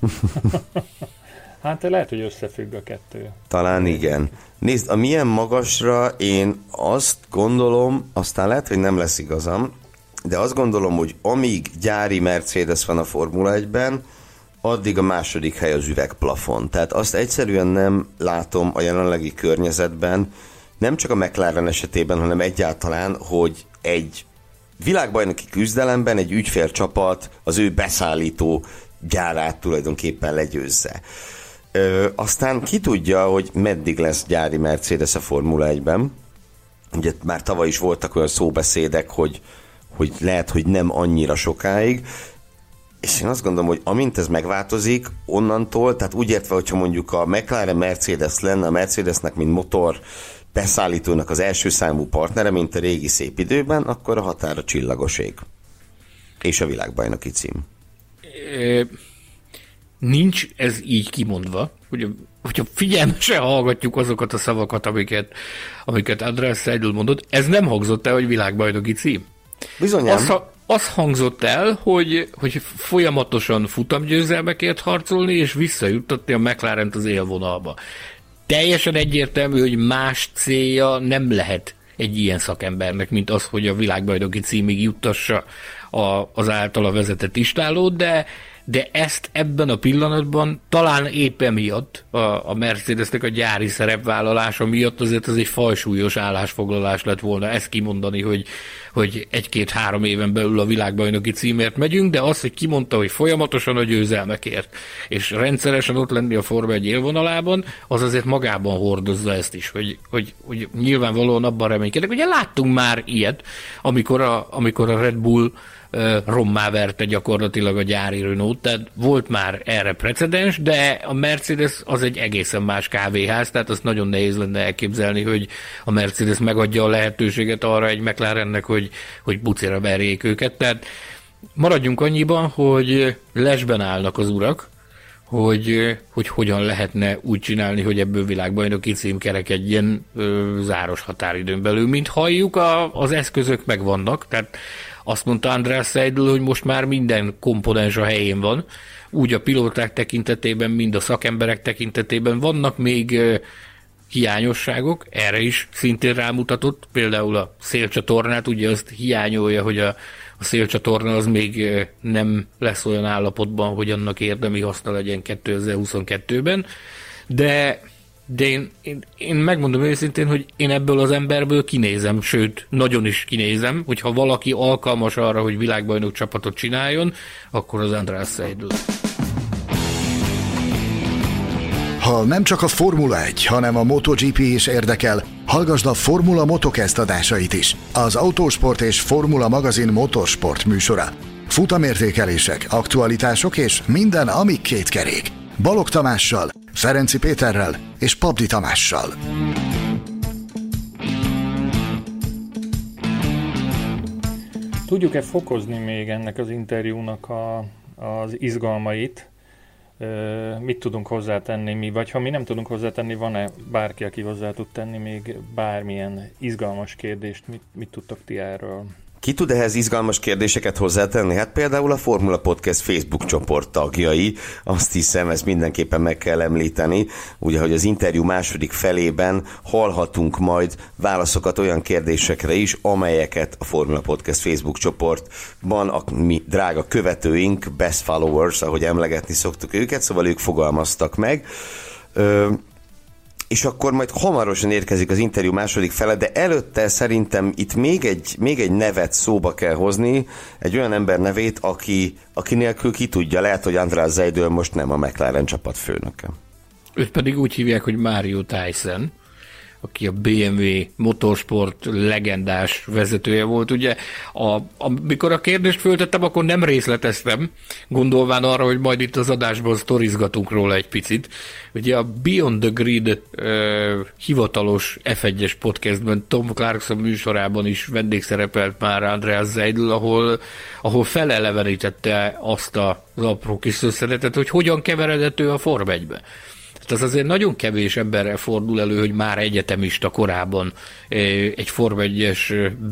Hát lehet, hogy összefügg a kettő.
Talán igen. Nézd, a milyen magasra én azt gondolom, aztán lehet, hogy nem lesz igazam, de azt gondolom, hogy amíg gyári Mercedes van a Formula egyben, addig a második hely az üvegplafon. Tehát azt egyszerűen nem látom a jelenlegi környezetben, nem csak a McLaren esetében, hanem egyáltalán, hogy egy világbajnoki küzdelemben egy ügyfélcsapat az ő beszállító gyárát tulajdonképpen legyőzze. Ö, aztán ki tudja, hogy meddig lesz gyári Mercedes a Formula egyben. Ugye már tavaly is voltak olyan szóbeszédek, hogy, hogy lehet, hogy nem annyira sokáig, és én azt gondolom, hogy amint ez megváltozik, onnantól, tehát úgy értve, hogyha mondjuk a McLaren Mercedes lenne, a Mercedesnek, mint motor beszállítónak az első számú partnere, mint a régi szép időben, akkor a határa csillagos ég. És a világbajnoki cím.
E, nincs ez így kimondva, hogy hogyha figyelmesen hallgatjuk azokat a szavakat, amiket, amiket Andreas Seidl mondott, ez nem hangzott el, hogy világbajnoki cím.
Bizonyám.
Az, az hangzott el, hogy, hogy folyamatosan futamgyőzelmekért harcolni, és visszajuttatni a McLarent az élvonalba. Teljesen egyértelmű, hogy más célja nem lehet egy ilyen szakembernek, mint az, hogy a világbajnoki címig juttassa a, az általa vezetett istálót, de, de ezt ebben a pillanatban talán épp emiatt a, a Mercedesnek a gyári szerepvállalása miatt azért ez egy fajsúlyos állásfoglalás lett volna ezt kimondani, hogy, hogy egy-két-három éven belül a világbajnoki címért megyünk, de az, hogy kimondta, hogy folyamatosan a győzelmekért, és rendszeresen ott lenni a Forma egy élvonalában, az azért magában hordozza ezt is, hogy, hogy, hogy nyilvánvalóan abban reménykedek. Ugye láttunk már ilyet, amikor a, amikor a Red Bull rommá verte gyakorlatilag a gyári Renault, tehát volt már erre precedens, de a Mercedes az egy egészen más kávéház, tehát azt nagyon nehéz lenne elképzelni, hogy a Mercedes megadja a lehetőséget arra egy McLarennek, hogy, hogy bucira verjék őket, tehát maradjunk annyiban, hogy lesben állnak az urak, hogy, hogy hogyan lehetne úgy csinálni, hogy ebből világbajnoki cím kerekedjen ö, záros határidőn belül. Mint halljuk, a, az eszközök megvannak, tehát azt mondta Andreas Seidl, hogy most már minden komponens a helyén van, úgy a pilóták tekintetében, mind a szakemberek tekintetében vannak még ö, hiányosságok, erre is szintén rámutatott, például a szélcsatornát, ugye azt hiányolja, hogy a A szélcsatorna az még nem lesz olyan állapotban, hogy annak érdemi haszna legyen kétezer-huszonkettőben, de, de én, én, én megmondom őszintén, hogy én ebből az emberből kinézem, sőt, nagyon is kinézem, hogyha valaki alkalmas arra, hogy világbajnok csapatot csináljon, akkor az Andreas Seidl.
Ha nem csak a Formula egy, hanem a MotoGP is érdekel, hallgasd a Formula Motocast adásait is. Az Autósport és Formula magazin motorsport műsora. Futamértékelések, aktualitások és minden, ami két kerék. Balogh Tamással, Ferenci Péterrel és Pabdi Tamással.
Tudjuk-e fokozni még ennek az interjúnak a, az izgalmait? Mit tudunk hozzátenni mi, vagy ha mi nem tudunk hozzátenni, van-e bárki, aki hozzá tud tenni még bármilyen izgalmas kérdést, mit, mit tudtok ti erről?
Ki tud ehhez izgalmas kérdéseket hozzátenni? Hát például a Formula Podcast Facebook csoport tagjai, azt hiszem, ezt mindenképpen meg kell említeni, ugye, hogy az interjú második felében hallhatunk majd válaszokat olyan kérdésekre is, amelyeket a Formula Podcast Facebook csoportban a mi drága követőink, best followers, ahogy emlegetni szoktuk őket, szóval ők fogalmaztak meg. Ö, és akkor majd hamarosan érkezik az interjú második fele, de előtte szerintem itt még egy, még egy nevet szóba kell hozni, egy olyan ember nevét, aki, aki nélkül ki tudja, lehet, hogy Andreas Seidl most nem a McLaren csapat főnöke.
Őt pedig úgy hívják, hogy Mario Tyson, aki a bé em vé motorsport legendás vezetője volt. Ugye, a, amikor a kérdést föltettem, akkor nem részleteztem, gondolván arra, hogy majd itt az adásban sztorizgatunk róla egy picit. Ugye a Beyond the Grid uh, hivatalos ef egyes podcastben, Tom Clarkson műsorában is vendégszerepelt már Andreas Seidl, ahol, ahol felelevenítette azt az apró kis összedetet, hogy hogyan keveredett ő a Forma egybe. Tehát az azért nagyon kevés emberrel fordul elő, hogy már egyetemista korában egy Forma egyes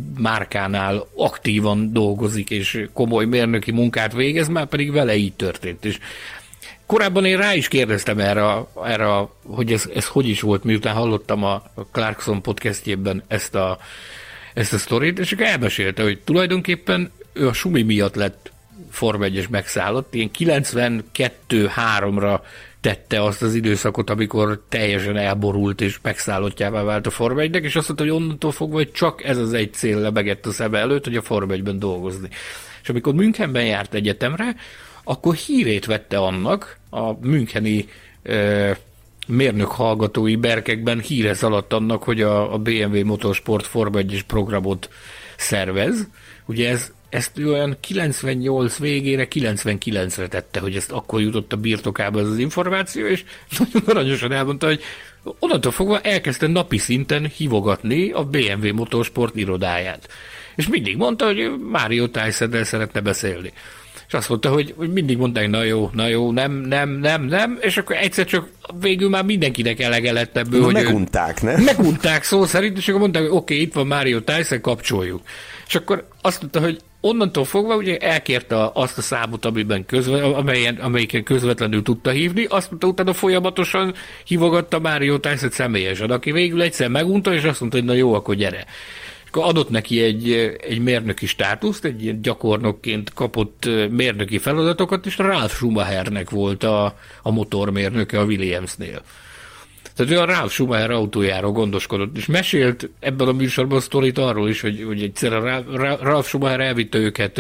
márkánál aktívan dolgozik, és komoly mérnöki munkát végez, már pedig vele így történt. És korábban én rá is kérdeztem erre, erre hogy ez, ez hogy is volt, miután hallottam a Clarkson podcastjében ezt a, ezt a sztorit, és akkor elmesélte, hogy tulajdonképpen ő a sumi miatt lett Forma egyes megszállott, ilyen kilencvenkettő háromra tette azt az időszakot, amikor teljesen elborult és megszállottjává vált a Forma egynek, és azt mondta, hogy onnantól fogva, hogy csak ez az egy cél lebegett a szeme előtt, hogy a Forma egyben dolgozni. És amikor Münchenben járt egyetemre, akkor hírét vette annak, a müncheni e, mérnök hallgatói berkekben híre szaladt annak, hogy a, a bé em vé Motorsport Forma egyes programot szervez. Ugye ez ezt olyan kilencvennyolc végére, kilencvenkilencre tette, hogy ezt akkor jutott a birtokába ez az információ, és nagyon aranyosan elmondta, hogy onnantól fogva elkezdte napi szinten hívogatni a bé em vé Motorsport irodáját. És mindig mondta, hogy Mario Tyson-del szeretne beszélni. És azt mondta, hogy, hogy mindig mondták, na jó, na jó, nem, nem, nem, nem, és akkor egyszer csak végül már mindenkinek elege lett ebből.
Na,
hogy
megunták, ne?
Megunták szó szerint, és akkor mondták, hogy oké, okay, itt van Mario Tyson, kapcsoljuk. És akkor azt mondta, hogy onnantól fogva ugye elkérte azt a számot, amiben közve, amelyen, amelyiken közvetlenül tudta hívni, azt mondta, utána folyamatosan hívogatta Mario Tyson személyesen, aki végül egyszer megunta, és azt mondta, hogy na jó, akkor gyere. akkor adott neki egy, egy mérnöki státuszt, egy ilyen gyakornokként kapott mérnöki feladatokat, és Ralf Schumachernek volt a, a motormérnöke a Williamsnél. Tehát ő a Ralf Schumacher autójáról gondoskodott, és mesélt ebben a műsorban a sztorit arról is, hogy, hogy egyszer a Ralf Schumacher elvitte őket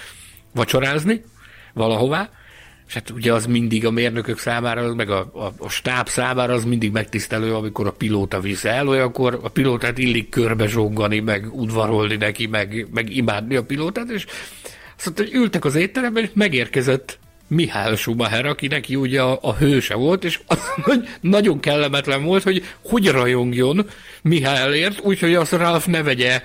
vacsorázni valahová, és hát ugye az mindig a mérnökök számára, meg a, a, a stáb számára az mindig megtisztelő, amikor a pilóta visz el, olyankor a pilótát illik körbe zsongani, meg udvarolni neki, meg, meg imádni a pilótát, és azt mondta, hogy ültek az étteremben, és megérkezett Michael Schumacher, aki neki ugye a, a hőse volt, és az nagyon kellemetlen volt, hogy hogy rajongjon Michaelért, úgyhogy az Ralf ne vegye,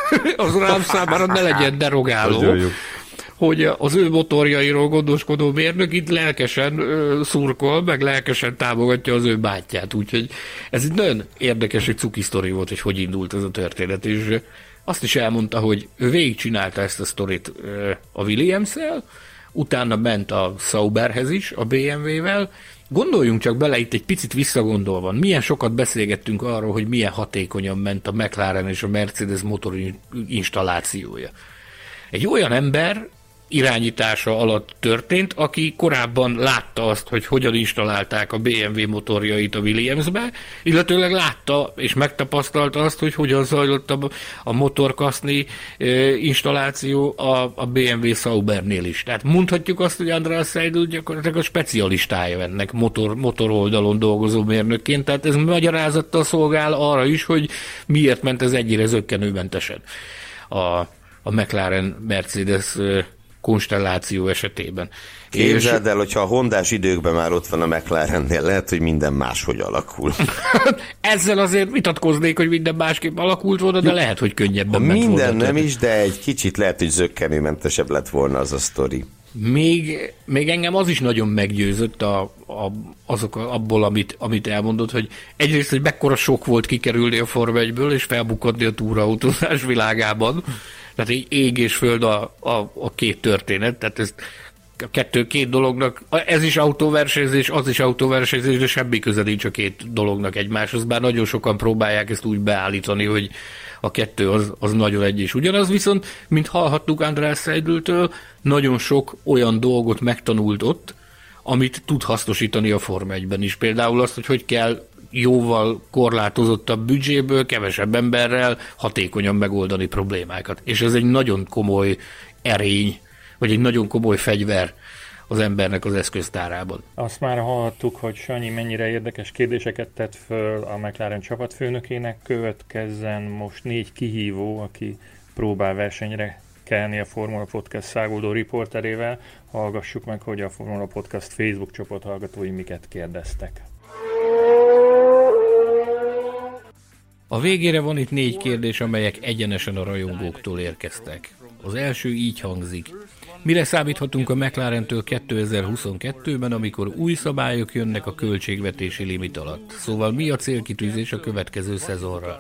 az Ralf számára ne legyen derogáló, hogy az ő motorjairól gondoskodó mérnök itt lelkesen ö, szurkol, meg lelkesen támogatja az ő bátyját, úgyhogy ez egy nagyon érdekes, egy cuki sztori volt, hogy hogy indult ez a történet, és azt is elmondta, hogy ő végigcsinálta ezt a sztorit ö, a Williams-el, utána ment a Sauberhez is, a bé em vé-vel. Gondoljunk csak bele itt egy picit visszagondolva, milyen sokat beszélgettünk arról, hogy milyen hatékonyan ment a McLaren és a Mercedes motor installációja. Egy olyan ember irányítása alatt történt, aki korábban látta azt, hogy hogyan installálták a bé em vé motorjait a Williamsbe, illetőleg látta és megtapasztalta azt, hogy hogyan zajlott a, a motorkaszni e, installáció a, a bé em vé Saubernél is. Tehát mondhatjuk azt, hogy Andreas Seidl gyakorlatilag a specialistája ennek motor, motor oldalon dolgozó mérnökként, tehát ez magyarázattal szolgál arra is, hogy miért ment ez ennyire zökkenőmentesen a, a McLaren-Mercedes konstelláció esetében.
Képzeld el, hogyha a hondás időkben már ott van a McLarennél, lehet, hogy minden máshogy alakul.
Ezzel azért vitatkoznék, hogy minden másképp alakult volna, de lehet, hogy könnyebben ment volna.
Minden nem is, de egy kicsit lehet, hogy zökkenőmentesebb lett volna az a sztori.
Még, még engem az is nagyon meggyőzött a, a, azok, abból, amit, amit elmondott, hogy egyrészt, hogy mekkora sok volt kikerülni a Forma egyből, és felbukadni a túraautózás világában. Tehát egy ég és föld a, a, a két történet, tehát ez a kettő, két dolognak, ez is autóversenyzés, az is autóversenyzés, de semmi köze nincs a két dolognak egymáshoz, bár nagyon sokan próbálják ezt úgy beállítani, hogy a kettő az, az nagyon egy és ugyanaz, viszont, mint hallhattuk Andreas Seidltől, nagyon sok olyan dolgot megtanult ott, amit tud hasznosítani a Forma egyben is. Például azt, hogy hogy kell jóval korlátozottabb büdzséből, kevesebb emberrel hatékonyan megoldani problémákat. És ez egy nagyon komoly erény, vagy egy nagyon komoly fegyver az embernek az eszköztárában.
Azt már hallhattuk, hogy Sanyi mennyire érdekes kérdéseket tett föl a McLaren csapatfőnökének. Következzen most négy kihívó, aki próbál versenyre kelni a Formula Podcast száguldó riporterével. Hallgassuk meg, hogy a Formula Podcast Facebook csoport hallgatói miket kérdeztek.
A végére van itt négy kérdés, amelyek egyenesen a rajongóktól érkeztek. Az első így hangzik. Mire számíthatunk a McLarentől kétezer-huszonkettőben, amikor új szabályok jönnek a költségvetési limit alatt? Szóval mi a célkitűzés a következő szezonra?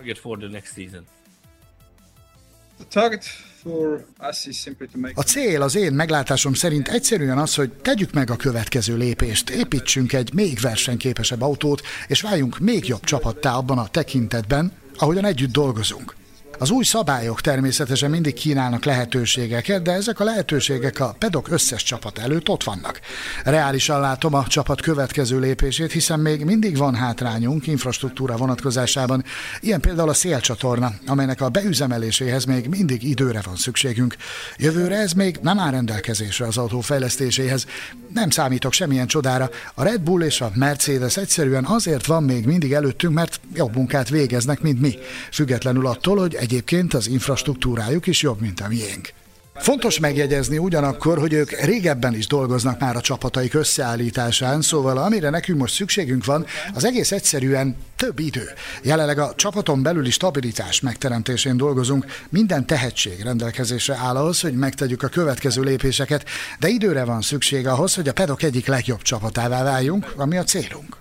A cél az én meglátásom szerint egyszerűen az, hogy tegyük meg a következő lépést, építsünk egy még versenyképesebb autót, és váljunk még jobb csapattá abban a tekintetben, ahogyan együtt dolgozunk. Az új szabályok természetesen mindig kínálnak lehetőségeket, de ezek a lehetőségek a pedok összes csapat előtt ott vannak. Reálisan látom a csapat következő lépését, hiszen még mindig van hátrányunk infrastruktúra vonatkozásában, ilyen például a szélcsatorna, amelynek a beüzemeléséhez még mindig időre van szükségünk. Jövőre ez még nem áll rendelkezésre az autó fejlesztéséhez. Nem számítok semmilyen csodára. A Red Bull és a Mercedes egyszerűen azért van még mindig előttünk, mert jobb munkát végeznek, mint mi, függetlenül attól, hogy egyébként az infrastruktúrájuk is jobb, mint a miénk. Fontos megjegyezni ugyanakkor, hogy ők régebben is dolgoznak már a csapataik összeállításán, szóval amire nekünk most szükségünk van, az egész egyszerűen több idő. Jelenleg a csapaton belüli stabilitás megteremtésén dolgozunk, minden tehetség rendelkezésre áll ahhoz, hogy megtegyük a következő lépéseket, de időre van szükség ahhoz, hogy a pedok egyik legjobb csapatává váljunk, ami a célunk.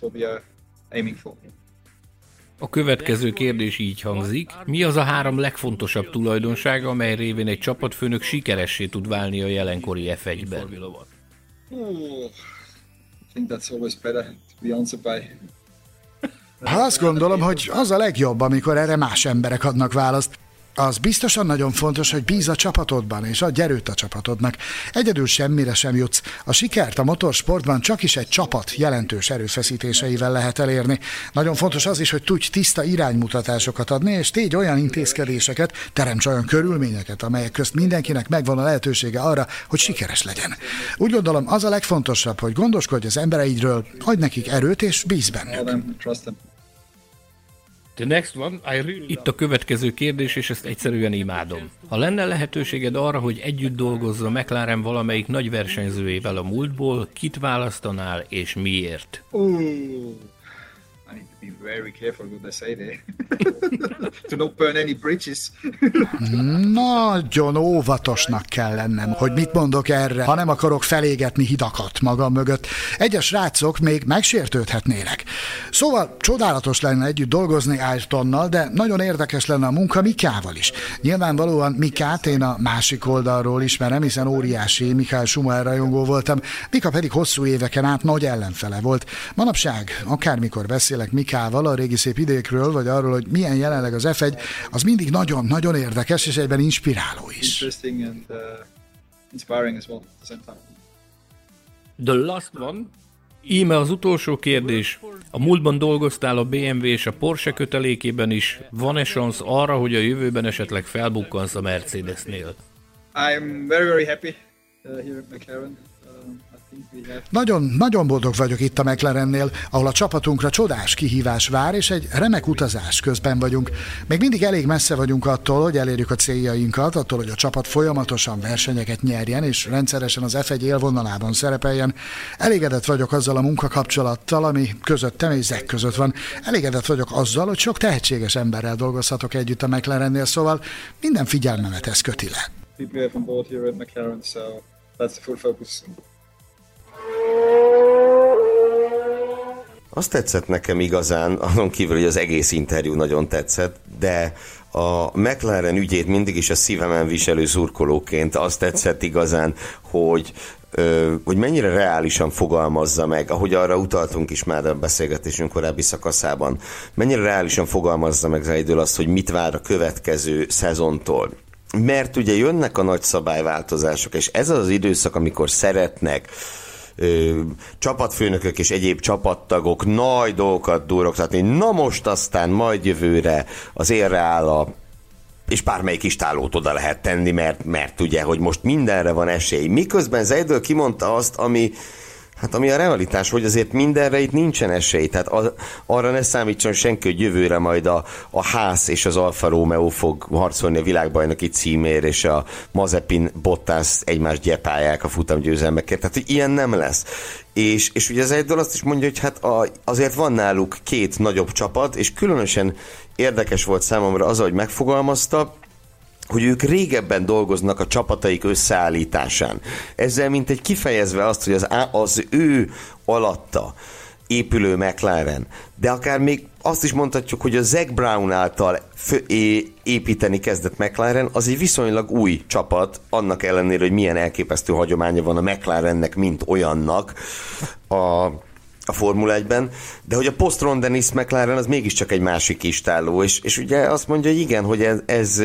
A következő kérdés így hangzik. Mi az a három legfontosabb tulajdonsága, amely révén egy csapatfőnök sikeressé tud válni a jelenkori ef egyben?
Azt gondolom, hogy az a legjobb, amikor erre más emberek adnak választ. Az biztosan nagyon fontos, hogy bíz a csapatodban, és adj erőt a csapatodnak. Egyedül semmire sem jutsz. A sikert a motorsportban csak is egy csapat jelentős erőfeszítéseivel lehet elérni. Nagyon fontos az is, hogy tudj tiszta iránymutatásokat adni, és tégy olyan intézkedéseket, teremts olyan körülményeket, amelyek közt mindenkinek megvan a lehetősége arra, hogy sikeres legyen. Úgy gondolom, az a legfontosabb, hogy gondoskodj az embereidről, adj nekik erőt, és bíz bennük.
The next one, I really... Itt a következő kérdés, és ezt egyszerűen imádom. Ha lenne lehetőséged arra, hogy együtt dolgozz a McLaren valamelyik nagy versenyzőjével a múltból, kit választanál, és miért?
Ooh, I need to be very careful what I say there. To not burn any bridges.
Nagyon óvatosnak kell lennem, hogy mit mondok erre, ha nem akarok felégetni hidakat magam mögött. Egyes srácok még megsértődhetnének. Szóval csodálatos lenne együtt dolgozni Ayrtonnal, de nagyon érdekes lenne a munka Mikával is. Nyilvánvalóan Mikát én a másik oldalról ismerem, hiszen óriási Michael Schumacher rajongó voltam, Mika pedig hosszú éveken át nagy ellenfele volt. Manapság, akármikor beszélek Mikával a régi szép időkről, vagy arról, hogy milyen jelenleg az ef egy, az mindig nagyon-nagyon érdekes, és egyben inspiráló is.
Interesting and uh, inspiring as well at the same time.
The last one. Íme az utolsó kérdés. A múltban dolgoztál a bé em vé és a Porsche kötelékében is. Van-e szansz arra, hogy a jövőben esetleg felbukkansz a Mercedesnél?
I'm very, very happy uh, here at McLaren.
Nagyon, nagyon boldog vagyok itt a McLarennél, ahol a csapatunkra csodás kihívás vár, és egy remek utazás közben vagyunk. Még mindig elég messze vagyunk attól, hogy elérjük a céljainkat, attól, hogy a csapat folyamatosan versenyeket nyerjen, és rendszeresen az ef egy élvonalában szerepeljen. Elégedett vagyok azzal a munkakapcsolattal, ami közöttem és Zek között van. Elégedett vagyok azzal, hogy sok tehetséges emberrel dolgozhatok együtt a McLarennél, szóval minden figyelmemet ez köti le.
People have on board here at McLaren, so that's the full focus.
Azt tetszett nekem igazán, azon kívül, hogy az egész interjú nagyon tetszett, de a McLaren ügyét mindig is a szívemen viselő szurkolóként azt tetszett igazán, hogy, ö, hogy mennyire reálisan fogalmazza meg, ahogy arra utaltunk is már a beszélgetésünk korábbi szakaszában, mennyire reálisan fogalmazza meg Seidl azt, hogy mit vár a következő szezontól. Mert ugye jönnek a nagy szabályváltozások, és ez az időszak, amikor szeretnek Ö, csapatfőnökök és egyéb csapattagok nagy dolgokat durogtatni, na most aztán majd jövőre az élre áll a és bármelyik istálót oda lehet tenni, mert, mert ugye, hogy most mindenre van esély. Miközben Seidl kimondta azt, ami Hát ami a realitás, hogy azért mindenre itt nincsen esély, tehát az, arra ne számítson senki, hogy jövőre majd a, a Haas és az Alfa Romeo fog harcolni a világbajnoki címért, és a Mazepin Bottas egymást gyepálják a futamgyőzelmekért, tehát hogy ilyen nem lesz. És, és ugye az Seidl azt is mondja, hogy hát a, azért van náluk két nagyobb csapat, és különösen érdekes volt számomra az, hogy megfogalmazta, hogy ők régebben dolgoznak a csapataik összeállításán. Ezzel mint egy kifejezve azt, hogy az, az ő alatta épülő McLaren, de akár még azt is mondhatjuk, hogy a Zac Brown által fő, é, építeni kezdett McLaren, az egy viszonylag új csapat, annak ellenére, hogy milyen elképesztő hagyománya van a McLarennek, mint olyannak a a Formula egyben, de hogy a post-Ron Dennis McLaren az mégiscsak egy másik istálló, és, és ugye azt mondja, hogy igen, hogy ez, ez,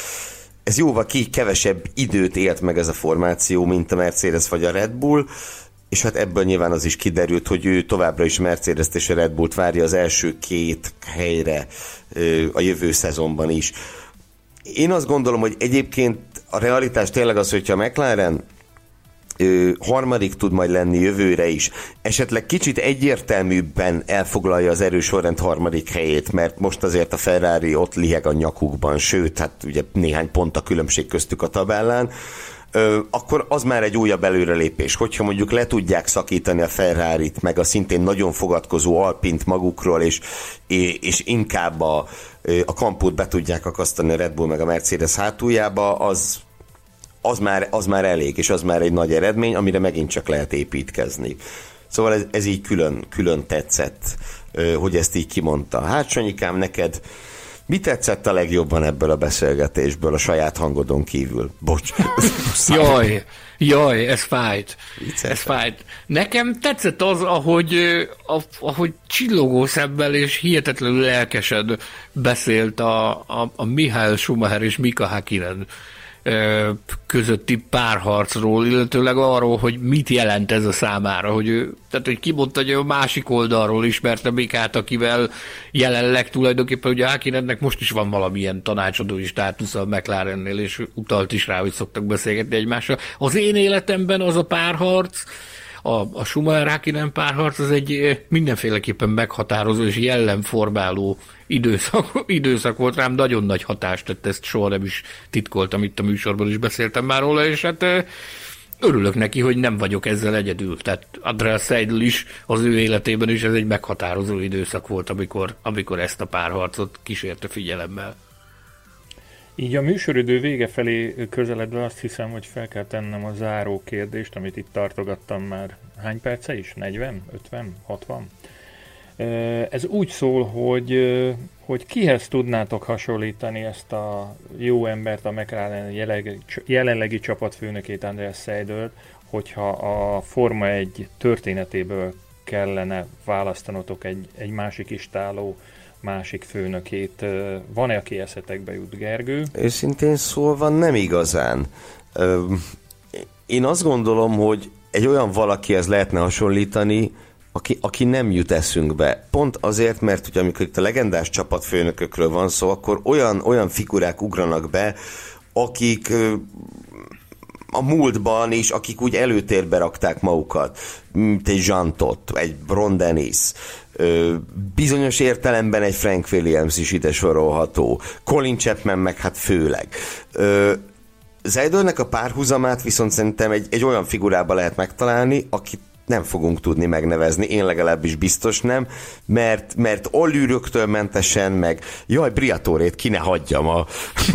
ez jóval ki kevesebb időt élt meg ez a formáció, mint a Mercedes vagy a Red Bull, és hát ebből nyilván az is kiderült, hogy ő továbbra is Mercedes-t és a Red Bullt várja az első két helyre a jövő szezonban is. Én azt gondolom, hogy egyébként a realitás tényleg az, hogyha a McLaren Ö, harmadik tud majd lenni jövőre is, esetleg kicsit egyértelműbben elfoglalja az erősorrend harmadik helyét, mert most azért a Ferrari ott liheg a nyakukban, sőt, hát ugye néhány pont a különbség köztük a tabellán, ö, akkor az már egy újabb előrelépés. Hogyha mondjuk le tudják szakítani a Ferrarit, meg a szintén nagyon fogadkozó Alpint magukról, és, és inkább a, a kampót be tudják akasztani a Red Bull meg a Mercedes hátuljába, az Az már, az már elég, és az már egy nagy eredmény, amire megint csak lehet építkezni. Szóval ez, ez így külön, külön tetszett, hogy ezt így kimondta. Hát Sanyikám, neked Mi tetszett a legjobban ebből a beszélgetésből, a saját hangodon kívül? Bocs.
Jaj, jaj, ez fájt. Ez fájt. Nekem tetszett az, ahogy, ahogy csillogó szemmel és hihetetlenül lelkesed beszélt a, a, a Michael Schumacher és Mika Häkkinen közötti párharcról, illetőleg arról, hogy mit jelent ez a számára, hogy ő, tehát hogy kimondta, hogy a másik oldalról ismerte Mikát, akivel jelenleg tulajdonképpen ugye Häkkinennek most is van valamilyen tanácsadói státusza a McLarennél, és utalt is rá, hogy szoktak beszélgetni egymással. Az én életemben az a párharc, a, a Schumacher-Häkkinen párharc az egy mindenféleképpen meghatározó és jellemformáló időszak, időszak volt rám, nagyon nagy hatást tett, ezt soha nem is titkoltam, itt a műsorban is beszéltem már róla, és hát örülök neki, hogy nem vagyok ezzel egyedül. Tehát Andreas Seidl is, az ő életében is ez egy meghatározó időszak volt, amikor, amikor ezt a párharcot kísérte figyelemmel.
Így a műsoridő vége felé közeledve azt hiszem, hogy fel kell tennem a záró kérdést, amit itt tartogattam már. Hány perce is? negyven? ötven? hatvan? Ez úgy szól, hogy, hogy kihez tudnátok hasonlítani ezt a jó embert, a McLaren jelenlegi, jelenlegi csapatfőnökét, Andreas Seidlt, hogyha a Forma egy történetéből kellene választanotok egy, egy másik istáló másik főnökét. Van-e, aki eszetekbe jut, Gergő?
Őszintén szólva nem igazán. Én azt gondolom, hogy egy olyan valakihez lehetne hasonlítani, aki, aki nem jut eszünkbe. Pont azért, mert ugye amikor itt a legendás csapatfőnökökről van szó, akkor olyan, olyan figurák ugranak be, akik a múltban is, akik úgy előtérbe rakták magukat, mint egy Jean Todt, egy Ron Dennis, bizonyos értelemben egy Frank Williams is ide sorolható, Colin Chapman meg hát főleg. Seidlnek a párhuzamát viszont szerintem egy, egy olyan figurába lehet megtalálni, akit nem fogunk tudni megnevezni, én legalábbis biztos nem, mert, mert allűröktől mentesen, meg jaj, Briatorét ki ne hagyjam a,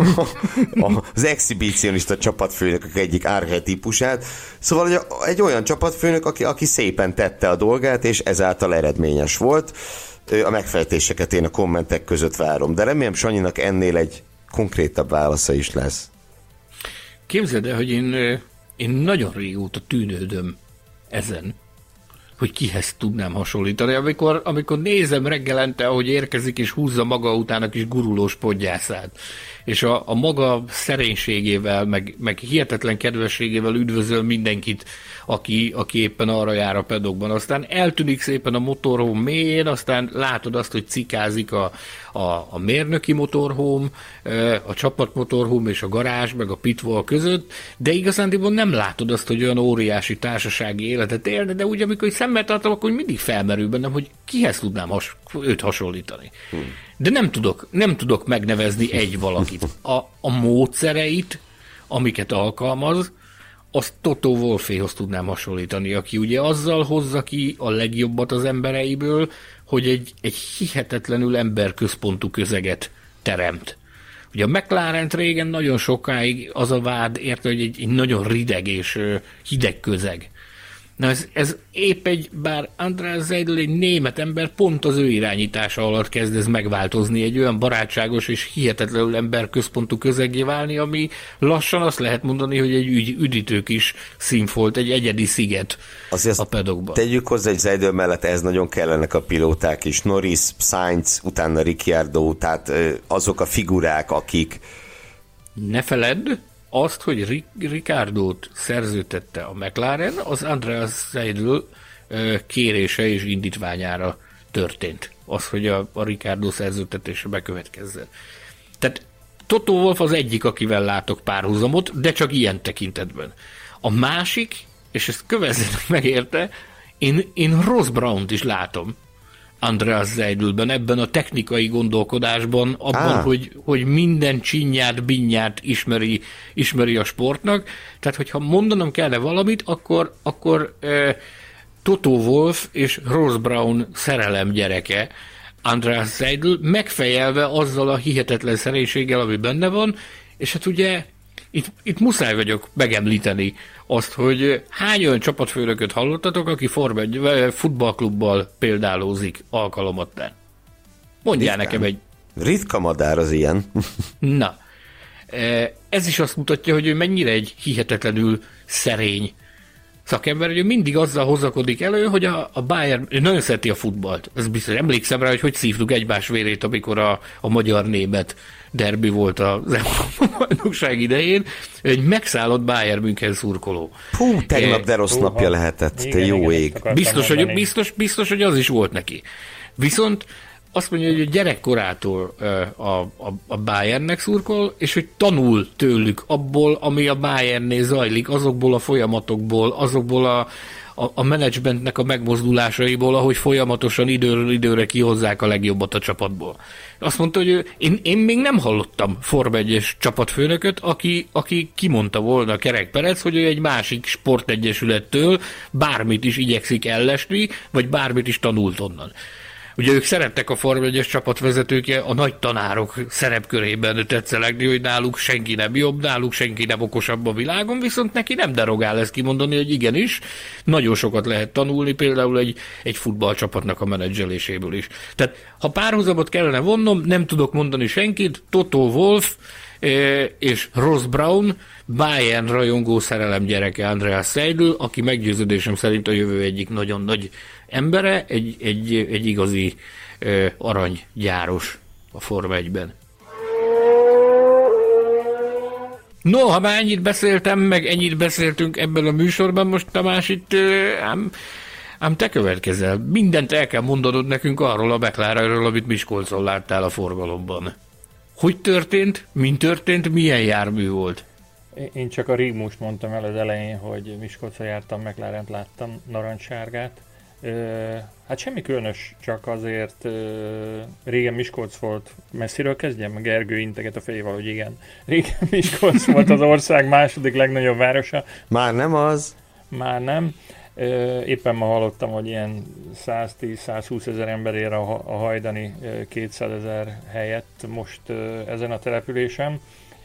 a, az exhibicionista csapatfőnök egyik archetípusát. Szóval hogy egy olyan csapatfőnök, aki, aki szépen tette a dolgát, és ezáltal eredményes volt. A megfejtéseket én a kommentek között várom, de remélem Sanyinak ennél egy konkrétabb válasza is lesz.
Képzeld el, hogy én, én nagyon régóta tűnődöm ezen, hogy kihez tudnám hasonlítani. Amikor, amikor nézem reggelente, ahogy érkezik, és húzza maga után a kis gurulós podgyászát, és a, a maga szerénységével, meg, meg hihetetlen kedvességével üdvözöl mindenkit, aki, aki éppen arra jár a pedokban. Aztán eltűnik szépen a motorhome mélyén, aztán látod azt, hogy cikázik a, a, a mérnöki motorhome, a csapatmotorhome és a garázs, meg a pitwall között, de igazándiból nem látod azt, hogy olyan óriási társasági életet élne, de úgy, amikor szemmel tartom, akkor mindig felmerül bennem, hogy kihez tudnám has, őt hasonlítani. Hmm. De nem tudok, nem tudok megnevezni egy valakit. A, a módszereit, amiket alkalmaz, azt Toto Wolfféhoz tudnám hasonlítani, aki ugye azzal hozza ki a legjobbat az embereiből, hogy egy, egy hihetetlenül emberközpontú közeget teremt. Ugye a McLarent régen nagyon sokáig az a vád érte, hogy egy, egy nagyon rideg és hideg közeg. Na ez, ez épp egy, bár Andreas Seidl egy német ember, pont az ő irányítása alatt kezd ez megváltozni, egy olyan barátságos és hihetetlenül emberközpontú közeggé válni, ami lassan azt lehet mondani, hogy egy ügy, üdítő kis színfolt, egy egyedi sziget azért a pedokban.
Tegyük hozzá, hogy Seidl mellett ez nagyon kellenek a pilóták is. Norris, Sainz, utána Ricciardo, tehát azok a figurák, akik...
Ne feledd, azt, hogy Ricciardót szerződtette a McLaren, az Andreas Seidl kérése és indítványára történt. Az, hogy a, a Ricciardo szerződtetése bekövetkezzen. Tehát Toto Wolff az egyik, akivel látok párhuzamot, de csak ilyen tekintetben. A másik, és ezt kövezzenek meg érte, én, én Ross Brownt is látom Andreas Seidlben, ebben a technikai gondolkodásban, abban, ah. hogy, hogy minden csinyát, binnyát ismeri, ismeri a sportnak. Tehát, hogyha mondanom kellene valamit, akkor, akkor eh, Toto Wolff és Ross Brown szerelem gyereke Andreas Seidl, megfejelve azzal a hihetetlen szerénységgel, ami benne van, és hát ugye itt, itt muszáj vagyok megemlíteni azt, hogy hány olyan csapatfőnököt hallottatok, aki Forma egy futballklubbal példálózik alkalomattán. Mondjál nekem egy,
Ritka madár az ilyen.
Na, ez is azt mutatja, hogy ő mennyire egy hihetetlenül szerény szakember, hogy ő mindig azzal hozakodik elő, hogy a, a Bayern, ő nagyon szereti a futballt. Ez biztos, emlékszem rá, hogy hogy szívtuk egymás vérét, amikor a, a magyar-német derbi volt az Európa-bajnokság idején, egy megszállott Bayern München szurkoló.
Hú, tegnap de rossz napja lehetett, te jó ég.
Biztos hogy, biztos, biztos, hogy az is volt neki. Viszont azt mondja, hogy a gyerekkorától a, a, a Bayernnek szurkol, és hogy tanul tőlük abból, ami a Bayernnél zajlik, azokból a folyamatokból, azokból a, a, a menedzsmentnek a megmozdulásaiból, ahogy folyamatosan időről időre kihozzák a legjobbat a csapatból. Azt mondta, hogy ő, én, én még nem hallottam Forma egyes csapatfőnököt, aki, aki kimondta volna Kerek Perec, hogy ő egy másik sportegyesülettől bármit is igyekszik ellesni, vagy bármit is tanult onnan. Ugye ők szerettek a Forma egyes csapatvezetők a nagy tanárok szerepkörében tetszelegni, hogy náluk senki nem jobb, náluk senki nem okosabb a világon, viszont neki nem derogál ezt kimondani, hogy igenis, nagyon sokat lehet tanulni, például egy, egy futballcsapatnak a menedzseléséből is. Tehát ha párhuzamot kellene vonnom, nem tudok mondani senkit, Toto Wolff és Ross Brown, Bayern rajongó szerelem gyereke Andreas Seidl, aki meggyőződésem szerint a jövő egyik nagyon nagy embere, egy, egy, egy igazi ö, aranygyáros a Forma egyben. No, ha már ennyit beszéltem, meg ennyit beszéltünk ebben a műsorban, most Tamás itt ö, ám, ám te következel. Mindent el kell mondanod nekünk arról a McLarenről, amit Miskolcon láttál a forgalomban. Hogy történt, mint történt, milyen jármű volt?
Én csak a rigmust mondtam el az elején, hogy Miskolcra jártam, McLarent láttam, narancssárgát. Hát semmi különös, csak azért régen Miskolc volt, messziről kezdjem, Gergő integet a fejével, hogy igen. Régen Miskolc volt az ország második legnagyobb városa.
Már nem az?
Már nem. Éppen ma hallottam, hogy ilyen száztíz-százhúsz ezer ember ér a hajdani kétszázezer helyett most ezen a településen.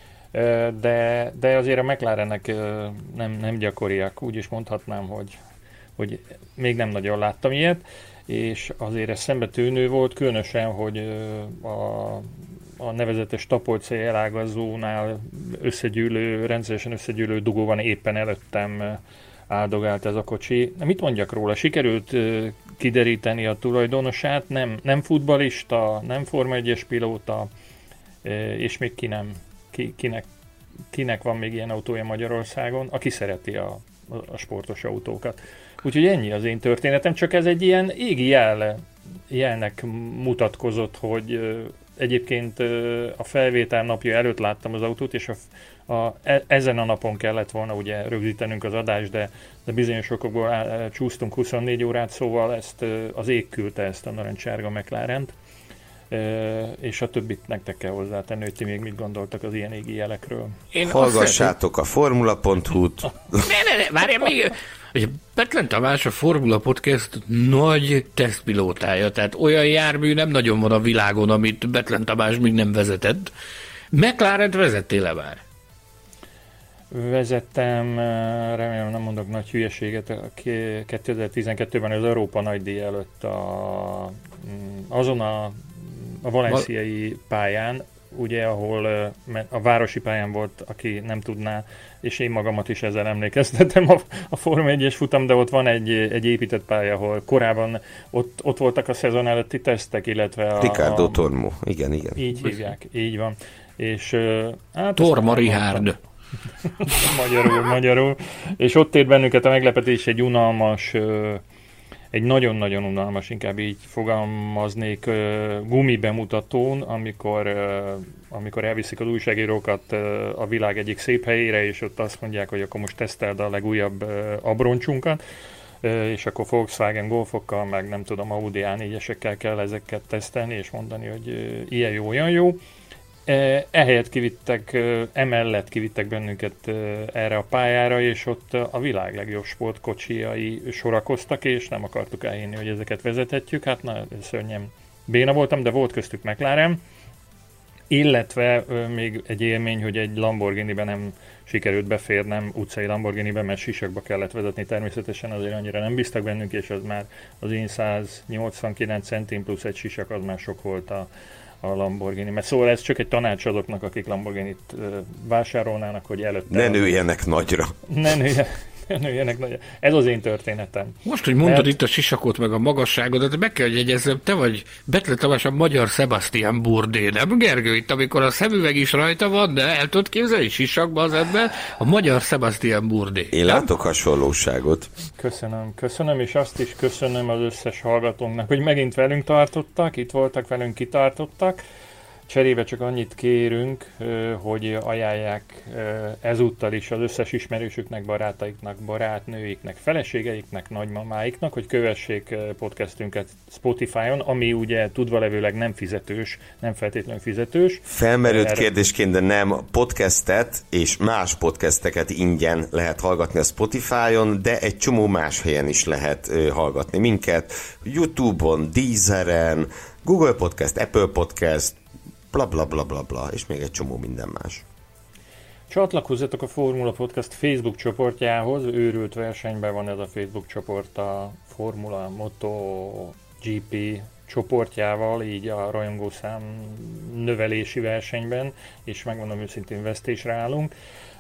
De, de azért a McLarennek nem, nem gyakoriak, úgy is mondhatnám, hogy, hogy még nem nagyon láttam ilyet, és azért ez szembetűnő volt, különösen, hogy a, a nevezetes Tapolcai elágazónál összegyűlő, rendszeresen összegyűlő dugó van éppen előttem, áldogált ez a kocsi. Mit mondjak róla? Sikerült kideríteni a tulajdonosát, nem, nem futballista, nem Forma egyes pilóta, és még ki nem. Ki, kinek, kinek van még ilyen autója Magyarországon, aki szereti a, a, a sportos autókat. Úgyhogy ennyi az én történetem, csak ez egy ilyen égi jel, jelnek mutatkozott, hogy ö, egyébként ö, a felvétel napja előtt láttam az autót, és a, a, e, ezen a napon kellett volna ugye rögzítenünk az adást, de, de bizonyos okokból á, csúsztunk huszonnégy órát, szóval ezt ö, az ég küldte ezt a narancssárga McLarent. Uh, és a többit nektek kell hozzátenni, hogy ti még mit gondoltak az ilyen égi jelekről.
Én hallgassátok a formula pont hu-t.
Ne, ne, ne, várjál még, hogy Betlen Tamás a Formula Podcast nagy tesztpilótája, tehát olyan jármű nem nagyon van a világon, amit Betlen Tamás még nem vezetett. McLarent vezettél-e már?
Vezettem, remélem nem mondok nagy hülyeséget, kétezer-tizenkettőben az Európa nagydíj előtt a, azon a a valenciai pályán, ugye, ahol a városi pályán volt, aki nem tudná, és én magamat is ezzel emlékeztetem a, a Forma egyes futam, de ott van egy, egy épített pálya, ahol korábban ott, ott voltak a szezon előtti tesztek, illetve a...
Ricardo Tormo, igen, igen.
Így hívják, így van. És, hát
Torma Richard.
magyarul, magyarul. És ott ért bennünket a meglepetés, egy unalmas... egy nagyon-nagyon unalmas, inkább így fogalmaznék, gumi bemutatón, amikor, amikor elviszik az újságírókat a világ egyik szép helyére, és ott azt mondják, hogy akkor most teszteld a legújabb abroncsunkat, és akkor Volkswagen Golfokkal, meg nem tudom, Audi á négyesekkel kell ezeket tesztelni, és mondani, hogy ilyen jó, olyan jó. Ehelyett kivittek, emellett kivittek bennünket erre a pályára, és ott a világ legjobb sportkocsiai sorakoztak, és nem akartuk elhinni, hogy ezeket vezethetjük. Hát na, szörnyen béna voltam, de volt köztük McLaren, illetve még egy élmény, hogy egy Lamborghiniben nem sikerült beférnem, utcai Lamborghiniben, mert sisakba kellett vezetni, természetesen azért annyira nem bíztak bennünk, és az már az én száz nyolcvankilenc centim plusz egy sisak, az már sok volt a a Lamborghini. Mert szóval ez csak egy tanács azoknak, akik Lamborghinit vásárolnának, hogy előtte...
Ne nőjenek nagyra.
Ne nőjenek. Nőjenek nagy. Ez az én történetem.
Most, hogy mondod
Mert...
itt a sisakot, meg a magasságodat, de meg kell, hogy jegyezzem, te vagy Betlen Tamás a magyar Sebastian Bourdais, nem Gergő? Itt, amikor a szemüveg is rajta van, de el tudod képzelni sisakba az ember, a magyar Sebastian Bourdais.
Én nem? látok hasonlóságot.
Köszönöm, köszönöm, és azt is köszönöm az összes hallgatónknak, hogy megint velünk tartottak, itt voltak velünk, kitartottak. Cserébe csak annyit kérünk, hogy ajánlják ezúttal is az összes ismerősüknek, barátaiknak, barátnőiknek, feleségeiknek, nagymamáiknak, hogy kövessék podcastünket Spotify-on, ami ugye tudva levőleg nem fizetős, nem feltétlenül fizetős.
Felmerült Erre... kérdésként, de nem, podcastet és más podcasteket ingyen lehet hallgatni a Spotify-on, de egy csomó más helyen is lehet hallgatni minket. YouTube-on, Deezeren, Google Podcast, Apple Podcast, bla bla bla bla bla, és még egy csomó minden más.
Csatlakozzatok a Formula Podcast Facebook csoportjához, őrült versenyben van ez a Facebook csoport a Formula MotoGP csoportjával, így a rajongószám növelési versenyben, és megmondom őszintén, vesztésre állunk.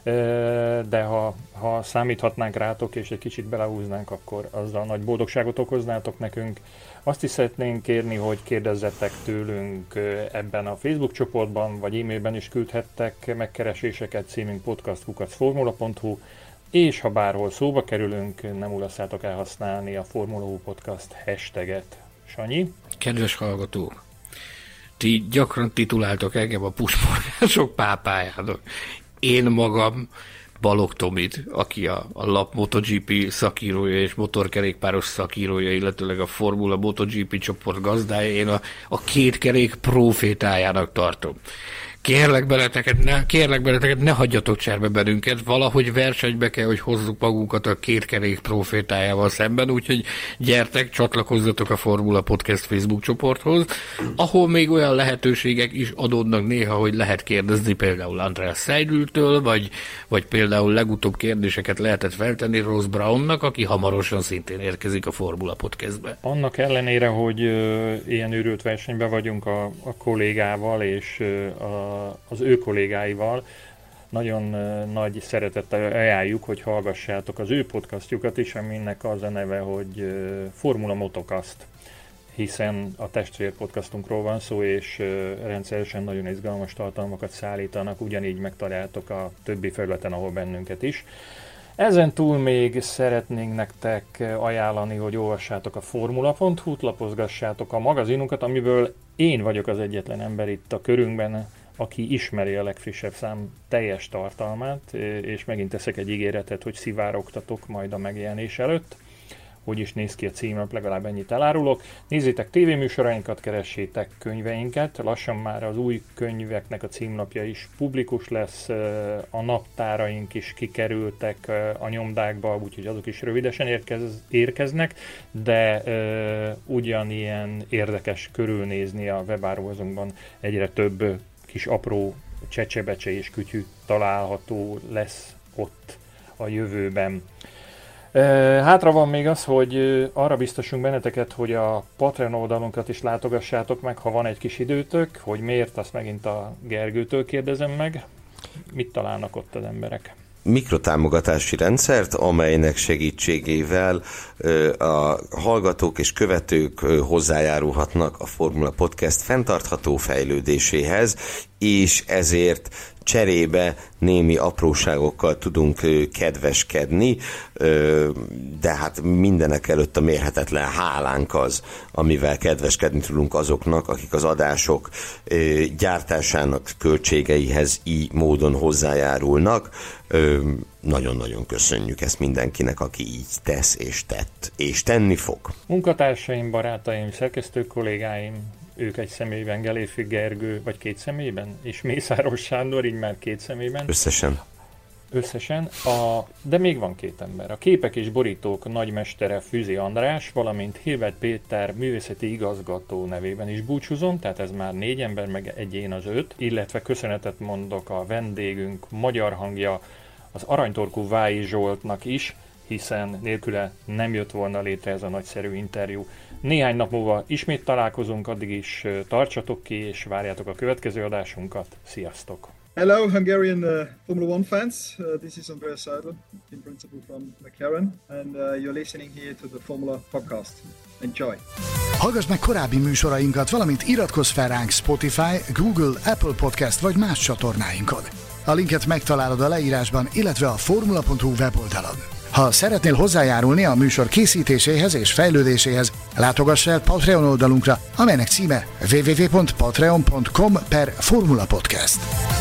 De ha, ha számíthatnánk rátok, és egy kicsit belehúznánk, akkor azzal nagy boldogságot okoznátok nekünk. Azt is szeretnénk kérni, hogy kérdezzetek tőlünk ebben a Facebook csoportban, vagy e-mailben is küldhettek megkereséseket, címünk podcast kukac formula pont hu, és ha bárhol szóba kerülünk, nem ulasszátok elhasználni a Formula Hu Podcast hashtaget. Sanyi?
Kedves hallgatók, ti gyakran tituláltok engem a puspolgások pápájának. Én magam Balogh Tomit, aki a, a lap MotoGP szakírója és motorkerékpáros szakírója, illetőleg a Formula MotoGP csoport gazdája, én a, a két kerék profétájának tartom. Kérlek benneteket, ne, kérlek benneteket, ne hagyjatok cserbe bennünket, valahogy versenybe kell, hogy hozzuk magunkat a két kerék profétájával szemben, úgyhogy gyertek, csatlakozzatok a Formula Podcast Facebook csoporthoz, ahol még olyan lehetőségek is adódnak néha, hogy lehet kérdezni például Andreas Seidltől, vagy, vagy például legutóbb kérdéseket lehetett feltenni Ross Brownnak, aki hamarosan szintén érkezik a Formula Podcastbe.
Annak ellenére, hogy uh, ilyen őrült versenyben vagyunk a, a kollégával és uh, a az ő kollégáival, nagyon nagy szeretettel ajánljuk, hogy hallgassátok az ő podcastjukat is, aminek az a neve, hogy Formula Motocast, hiszen a testvér podcastunkról van szó, és rendszeresen nagyon izgalmas tartalmakat szállítanak, ugyanígy megtaláltok a többi felületen, ahol bennünket is. Ezen túl még szeretnénk nektek ajánlani, hogy olvassátok a formula pont hu-t, lapozgassátok a magazinunkat, amiből én vagyok az egyetlen ember itt a körünkben, aki ismeri a legfrissebb szám teljes tartalmát, és megint teszek egy ígéretet, hogy szivárogtatok majd a megjelenés előtt. Hogy is néz ki a címlap, legalább ennyit elárulok. Nézzétek tévéműsorainkat, keressétek könyveinket, lassan már az új könyveknek a címlapja is publikus lesz, a naptáraink is kikerültek a nyomdákba, úgyhogy azok is rövidesen érkez, érkeznek, de uh, ugyanilyen érdekes körülnézni a webáruházunkban, egyre több kis apró csecsebecse és kütyű található lesz ott a jövőben. Hátra van még az, hogy arra biztosunk benneteket, hogy a Patreon oldalunkat is látogassátok meg, ha van egy kis időtök, hogy miért, azt megint a Gergőtől kérdezem meg. Mit találnak ott az emberek?
Mikrotámogatási rendszert, amelynek segítségével a hallgatók és követők hozzájárulhatnak a Formula Podcast fenntartható fejlődéséhez, és ezért cserébe némi apróságokkal tudunk kedveskedni, de hát mindenek előtt a mérhetetlen hálánk az, amivel kedveskedni tudunk azoknak, akik az adások gyártásának költségeihez így módon hozzájárulnak. Nagyon-nagyon köszönjük ezt mindenkinek, aki így tesz és tett, és tenni fog.
Munkatársaim, barátaim, szerkesztő kollégáim, ők egy személyben, Geléfi Gergő, vagy két személyben, és Mészáros Sándor, így már két személyben.
Összesen.
Összesen, a, de még van két ember. A képek és borítók nagymestere Füzi András, valamint Hilbert Péter művészeti igazgató nevében is búcsúzom, tehát ez már négy ember, meg egy én az öt, illetve köszönetet mondok a vendégünk, magyar hangja, az aranytorkú Vályi Zsoltnak is, hiszen nélküle nem jött volna létre ez a nagyszerű interjú. Néhány nap múlva ismét találkozunk, addig is tartsatok ki, és várjátok a következő adásunkat. Sziasztok!
Hello, Hungarian uh, Formula One fans. Uh, this is Andreas Seidel, team principal from McLaren, and uh, you're listening here to the Formula Podcast. Enjoy!
Hallgass meg korábbi műsorainkat, valamint iratkozz fel ránk Spotify, Google, Apple Podcast vagy más csatornáinkon. A linket megtalálod a leírásban, illetve a formula pont hu weboldalon. Ha szeretnél hozzájárulni a műsor készítéséhez és fejlődéséhez, látogass el Patreon oldalunkra, amelynek címe double-u double-u double-u pont patreon pont com per Formula Podcast.